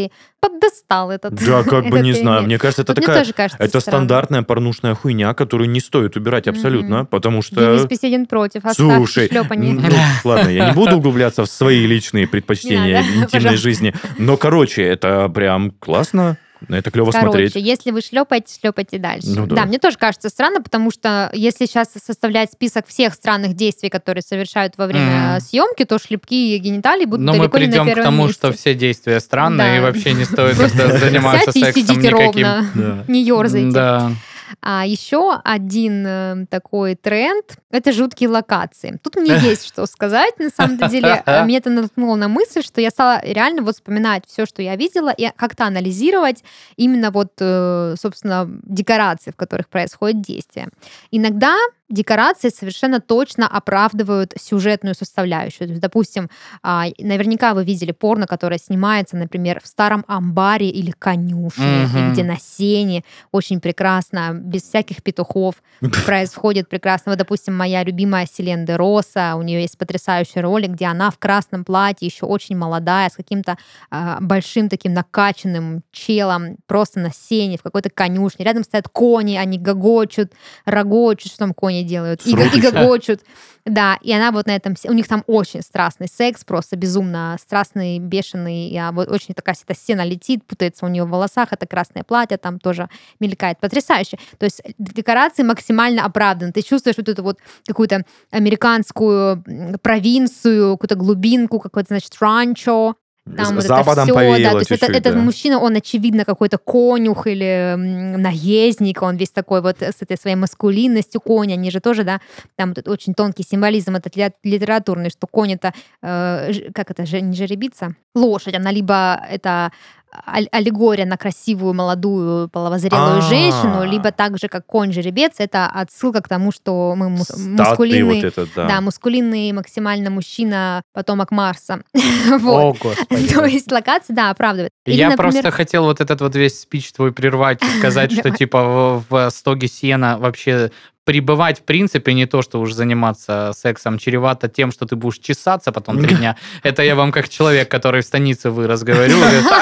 ты поддостал этот. Да, как бы этот не знаю. элемент. Мне кажется, это Вот мне такая... тоже кажется Это странным. стандартная порнушная хуйня, которую не стоит убирать абсолютно, Мгм. потому Денис что... Беседин против. Оставьте Слушай, шлепанье. ну, ладно, я не буду углубляться в свои личные предпочтения надо, интимной пожалуйста. жизни, но, короче, это прям классно, на это клево Короче, смотреть. если вы шлепаете, шлепайте дальше. Ну да. Да, мне тоже кажется странно, потому что если сейчас составлять список всех странных действий, которые совершают во время Мгм. съемки, то шлепки и гениталии будут Но мы далеко не на придем к первом тому, месте. что все действия странные, Да. и вообще не стоит Просто это заниматься сядьте и сексом сидите никаким. ровно, Да. не ерзайте. Да. А еще один э, такой тренд — это жуткие локации. Тут мне есть что сказать, на самом деле. А Меня это натолкнуло на мысль, что я стала реально вот вспоминать все, что я видела, и как-то анализировать именно вот, э, собственно, декорации, в которых происходит действие. Иногда декорации совершенно точно оправдывают сюжетную составляющую. То есть, допустим, а, наверняка вы видели порно, которое снимается, например, в старом амбаре или конюшне, и Мгм. где на сене очень прекрасно, без всяких петухов, происходит прекрасно. Вот, допустим, моя любимая Селен де Роса, у нее есть потрясающий ролик, где она в красном платье, еще очень молодая, с каким-то а, большим таким накачанным челом, просто на сене, в какой-то конюшне. Рядом стоят кони, они гогочут, рогочут, что там кони делают, и, го- и Срутся. гогочут. Да, и она вот на этом... се- У них там очень страстный секс, просто безумно страстный, бешеный. И, а, вот очень такая эта сцена летит, путается у нее в волосах, это красное платье там тоже мелькает. Потрясающе. То есть декорации максимально оправданы. Ты чувствуешь вот эту вот какую-то американскую м, провинцию, какую-то глубинку, какой-то, значит, ранчо. Там вот это Западом все, да, повеяло то есть это, чуть-чуть, этот да. мужчина, он, очевидно, какой-то конюх или м, наездник, он весь такой вот с этой своей маскулинностью, конь, они же тоже, да, там вот очень тонкий символизм этот ля- литературный, что конь это, э, ж- как это, же, не жеребица, лошадь, она либо это аль- аллегория на красивую, молодую, половозрелую А. женщину, либо так же, как конь-жеребец, это отсылка к тому, что мы мус- Статный мускулинный, вот этот, да. да, мускулинный максимально мужчина, потомок Марса. О, Вот. Господи. То есть локация, да, оправдывает. Или, Я например, просто хотел вот этот вот весь спич твой прервать и сказать, что Давай. типа в, в стоге сена вообще пребывать в принципе не то, что уж заниматься сексом чревато тем, что ты будешь чесаться потом три дня. Это я вам как человек, который в станице вырос, говорю.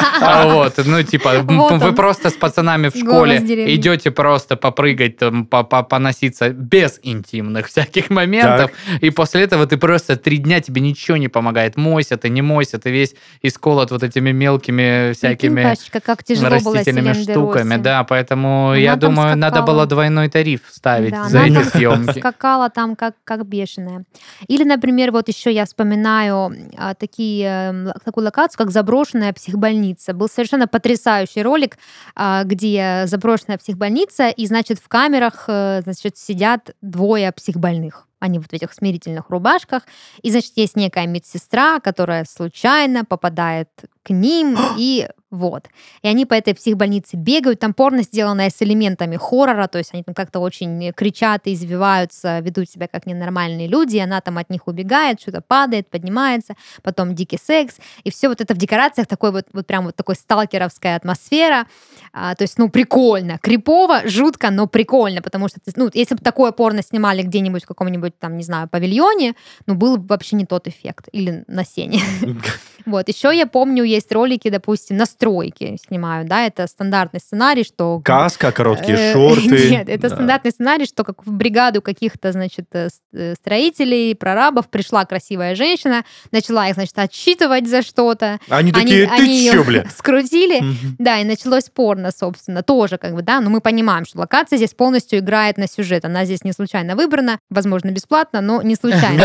А Вот, ну типа м, Вот вы он. просто с пацанами в Голос школе деревни. идете просто попрыгать, там, по- по- поноситься без интимных всяких моментов, и после этого ты просто три дня тебе ничего не помогает. Мойся ты, не мойся, ты весь исколот вот этими мелкими прикинь, всякими Пашечка, как тяжело было растительными Селен де штуками, Росе. да, поэтому Она я там думаю, надо скакала. было двойной тариф ставить Да, за она эти там съемки. скакала там как, как бешеная. Или, например, вот еще я вспоминаю а, такие, м, л- такую локацию, как заброшенная психбольница. Был совершенно потрясающий ролик, а, где заброшенная психбольница, и, значит, в камерах, э, значит, сидят двое психбольных. Они вот в этих смирительных рубашках. И, значит, есть некая медсестра, которая случайно попадает к ним, и вот. И они по этой психбольнице бегают. Там порно сделанное с элементами хоррора, то есть они там как-то очень кричат и извиваются, ведут себя как ненормальные люди, и она там от них убегает, что-то падает, поднимается, потом дикий секс. И все вот это в декорациях такой вот, вот прям вот такой сталкеровская атмосфера. А, то есть, ну, прикольно. Крипово, жутко, но прикольно, потому что, ты- ну, если бы такое порно снимали где-нибудь в каком-нибудь там, не знаю, павильоне, ну, был бы вообще не тот эффект. Или на сене. Вот. Еще я помню, есть ролики, допустим, на стройке снимают, да, это стандартный сценарий, что... Каска, короткие Э, шорты. Нет, это Да. стандартный сценарий, что как в бригаду каких-то, значит, э, с- э, строителей, прорабов пришла красивая женщина, начала их, значит, отчитывать за что-то. Они такие, ты её чё, бля? скрутили, Мгм. да, и началось порно, собственно, тоже, как бы, да, но мы понимаем, что локация здесь полностью играет на сюжет, она здесь не случайно выбрана, возможно, бесплатно, но не случайно.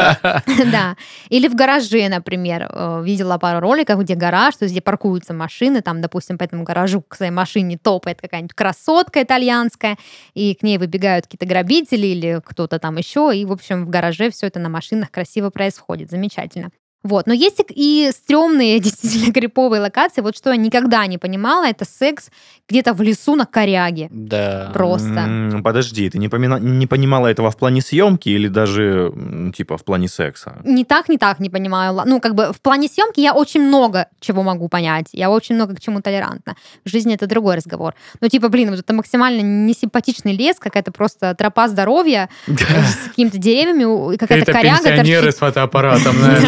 Да. Или в гараже, например, э, видела пару роликов, где гараж, то есть где паркуются машины, там, допустим, по этому гаражу к своей машине топает какая-нибудь красотка итальянская, и к ней выбегают какие-то грабители или кто-то там еще, и, в общем, в гараже все это на машинах красиво происходит. Замечательно. Вот. Но есть и и стрёмные, действительно криповые локации. Вот что я никогда не понимала, это секс где-то в лесу на коряге. Да. Просто. М, Подожди, ты не, помина- не понимала этого в плане съемки или даже, м, типа, в плане секса? Не так, не так не понимаю. Ла- Ну, как бы в плане съемки я очень много чего могу понять. Я очень много к чему толерантна. В жизни это другой разговор. Ну, типа, блин, вот это максимально несимпатичный лес, какая-то просто тропа здоровья э, с какими-то деревьями, у- и какая-то Какие-то коряга пенсионеры торчит. с фотоаппаратом, знаешь, да.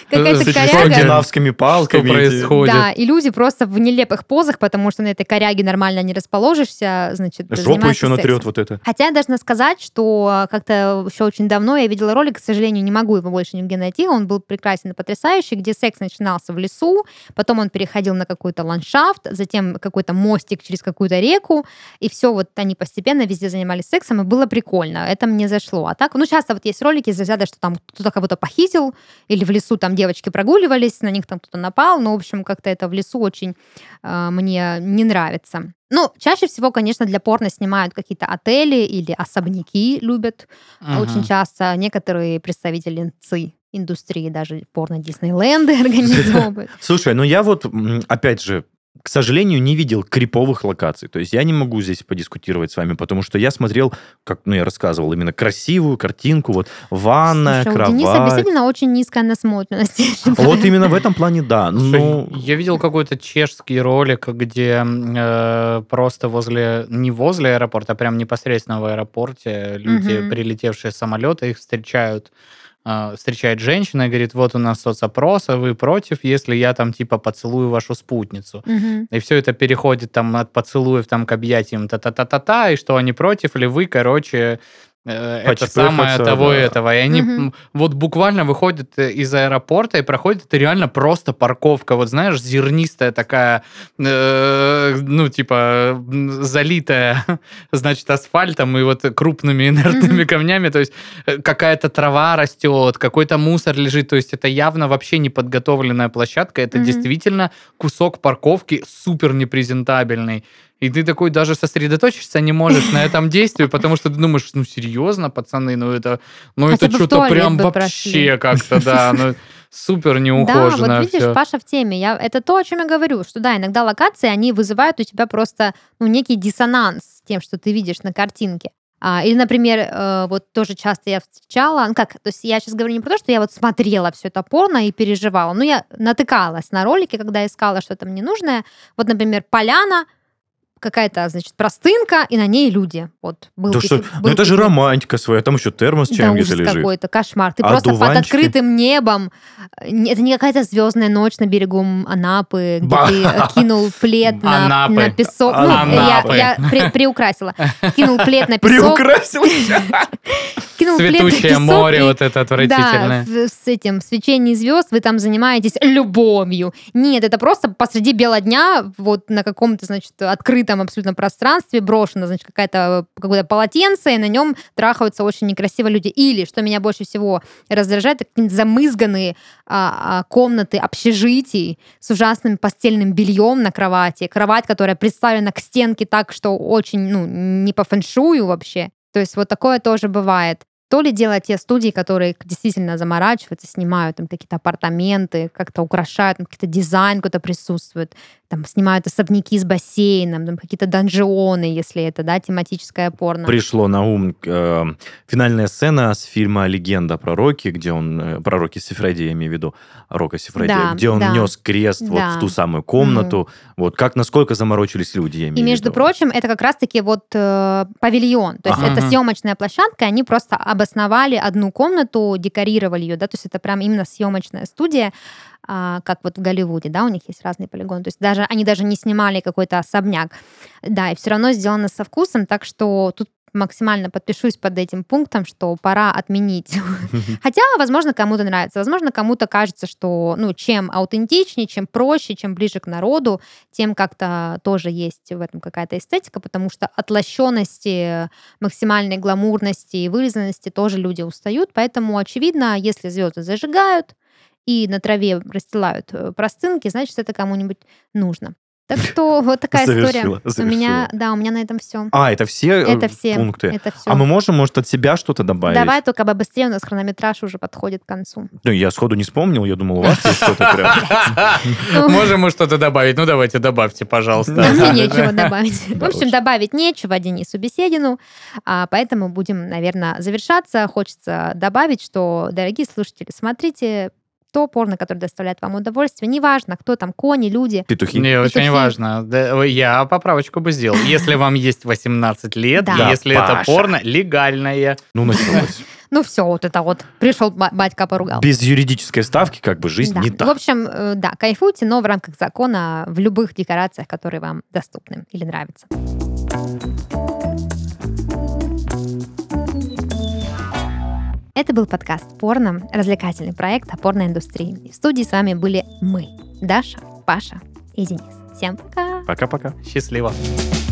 какая-то С коряга. скандинавскими палками. Что происходит? Да, и люди просто в нелепых позах, потому что на этой коряге нормально не расположишься, значит, Жопу занимаются еще натрет сексом. вот это. Хотя я должна сказать, что как-то еще очень давно я видела ролик, к сожалению, не могу его больше нигде найти, он был прекрасен и потрясающий, где секс начинался в лесу, потом он переходил на какой-то ландшафт, затем какой-то мостик через какую-то реку, и все вот они постепенно везде занимались сексом, и было прикольно, это мне зашло. А так, ну, часто вот есть ролики из разряда, что там кто-то кого-то похитил, или в лесу там девочки прогуливались, на них там кто-то напал, ну, в общем, как-то это в лесу очень э, мне не нравится. Ну, чаще всего, конечно, для порно снимают какие-то отели или особняки любят. Ага. Очень часто некоторые представители ЦИ индустрии даже порно-Диснейленды организовывают. Слушай, ну я вот, м, опять же, к сожалению, не видел криповых локаций. То есть я не могу здесь подискутировать с вами, потому что я смотрел, как, ну, я рассказывал, именно красивую картинку, вот ванная, Слушай, у Дениса кровать. Беседина очень низкая насмотренность. я считаю. Вот именно в этом плане, да. Слушай, Ну, я видел какой-то чешский ролик, где э, просто возле, не возле аэропорта, а прям непосредственно в аэропорте люди, Мгм. прилетевшие с самолета, их встречают, э, встречает женщина и говорит, вот у нас соцопрос, а вы против, если я там типа поцелую вашу спутницу. Мгм. И все это переходит там от поцелуев там к объятиям та-та-та-та-та, и что они против, или вы, короче, э, это Почпыхаться, самое того да. этого. И они Мгм. м, вот буквально выходят э, из аэропорта и проходят, это реально просто парковка, вот знаешь, зернистая такая, э, ну, типа, м, залитая, значит, асфальтом и вот крупными инертными Мгм. камнями, то есть э, какая-то трава растет, какой-то мусор лежит, то есть это явно вообще неподготовленная площадка, это Мгм. действительно кусок парковки супер непрезентабельный. И ты такой даже сосредоточиться не можешь на этом действии, потому что ты думаешь, ну серьезно, пацаны, ну это, ну Хотя это бы в что-то туалет прям бы вообще прошли. как-то, да, ну супер Да, неухоженно вот видишь, все. Паша в теме. Я, это то, о чем я говорю, что да, иногда локации, они вызывают у тебя просто ну, некий диссонанс с тем, что ты видишь на картинке. А, или, например, э, вот тоже часто я встречала, ну как, то есть я сейчас говорю не про то, что я вот смотрела все это порно и переживала, но я натыкалась на ролики, когда искала что-то мне нужное. Вот, например, поляна, какая-то, значит, простынка, и на ней люди. Вот был да что, пикник- ну был это же пикник. романтика своя, там еще термос с Да чаем где-то ужас лежит. какой-то, кошмар. Ты А просто под одуванчики? открытым небом. Э, не- Это не какая-то звездная ночь на берегу М- Анапы, где Ба. ты э, кинул плед на, Анапы. на песок. Ну, э, я, Анапы. я при- приукрасила. Кинул плед на песок. Приукрасил. Кинул плед на Цветущее песок море и- вот это отвратительное. Да, в- с этим в свечении звезд вы там занимаетесь любовью. Нет, это просто посреди бела дня, вот на каком-то, значит, открытом абсолютно пространстве брошено, значит, какая-то, какое-то полотенце, и на нем трахаются очень некрасиво люди. Или, что меня больше всего раздражает, это какие-то замызганные а, а, комнаты общежитий с ужасным постельным бельем на кровати. Кровать, которая представлена к стенке так, что очень, ну, не по фэншую вообще. То есть вот такое тоже бывает. То ли дело те студии, которые действительно заморачиваются, снимают там какие-то апартаменты, как-то украшают, там какой-то дизайн какой-то присутствует, там снимают особняки с бассейном, там какие-то донжионы, если это, да, тематическое порно. Пришло на ум э, финальная сцена с фильма «Легенда про Рокки», где он, э, про Рокки Сифреди, я имею в виду, Рока Сифреди, Да, где он да. нес крест вот Да. в ту самую комнату. Вот как, насколько заморочились люди, я имею И, в между виду. прочим, это как раз-таки вот э, павильон. То есть Ага. это Мгм. съемочная площадка, и они просто обосновали одну комнату, декорировали ее, да, то есть это прям именно съемочная студия, а, как вот в Голливуде, да, у них есть разные полигоны. То есть даже они даже не снимали какой-то особняк. Да, и все равно сделано со вкусом, так что тут максимально подпишусь под этим пунктом, что пора отменить. Хотя, возможно, кому-то нравится. Возможно, кому-то кажется, что ну, чем аутентичнее, чем проще, чем ближе к народу, тем как-то тоже есть в этом какая-то эстетика, потому что от лощености, максимальной гламурности и вылизанности тоже люди устают. Поэтому, очевидно, если звезды зажигают и на траве расстилают э, простынки, значит, это кому-нибудь нужно. Так что вот такая Завершила, история. У завершила. меня, да, у меня на этом все. А, это все э, Это все. пункты? Это все. А мы можем, может, от себя что-то добавить? Давай только быстрее, у нас хронометраж уже подходит к концу. Ну, я сходу не вспомнил, я думал, у вас есть что-то прям. Можем мы что-то добавить? Ну, давайте, добавьте, пожалуйста. Но мне нечего добавить. В Да, общем, уж. добавить нечего Денису Беседину, а, поэтому будем, наверное, завершаться. Хочется добавить, что, дорогие слушатели, смотрите то порно, которое доставляет вам удовольствие. Неважно, кто там, кони, люди. Петухи. Не, очень Петухи. важно. Да, я поправочку бы сделал. Если вам есть восемнадцать лет, Да. если Да, это Паша. порно легальное. Ну, началось. Ну все, вот это вот. Пришел ба- батька, поругал. Без юридической ставки как бы жизнь Да. не В та. общем, э, да, кайфуйте, но в рамках закона, в любых декорациях, которые вам доступны или нравятся. Это был подкаст «Порно», развлекательный проект о порноиндустрии. И в студии с вами были мы, Даша, Паша и Денис. Всем пока! Пока-пока. Счастливо.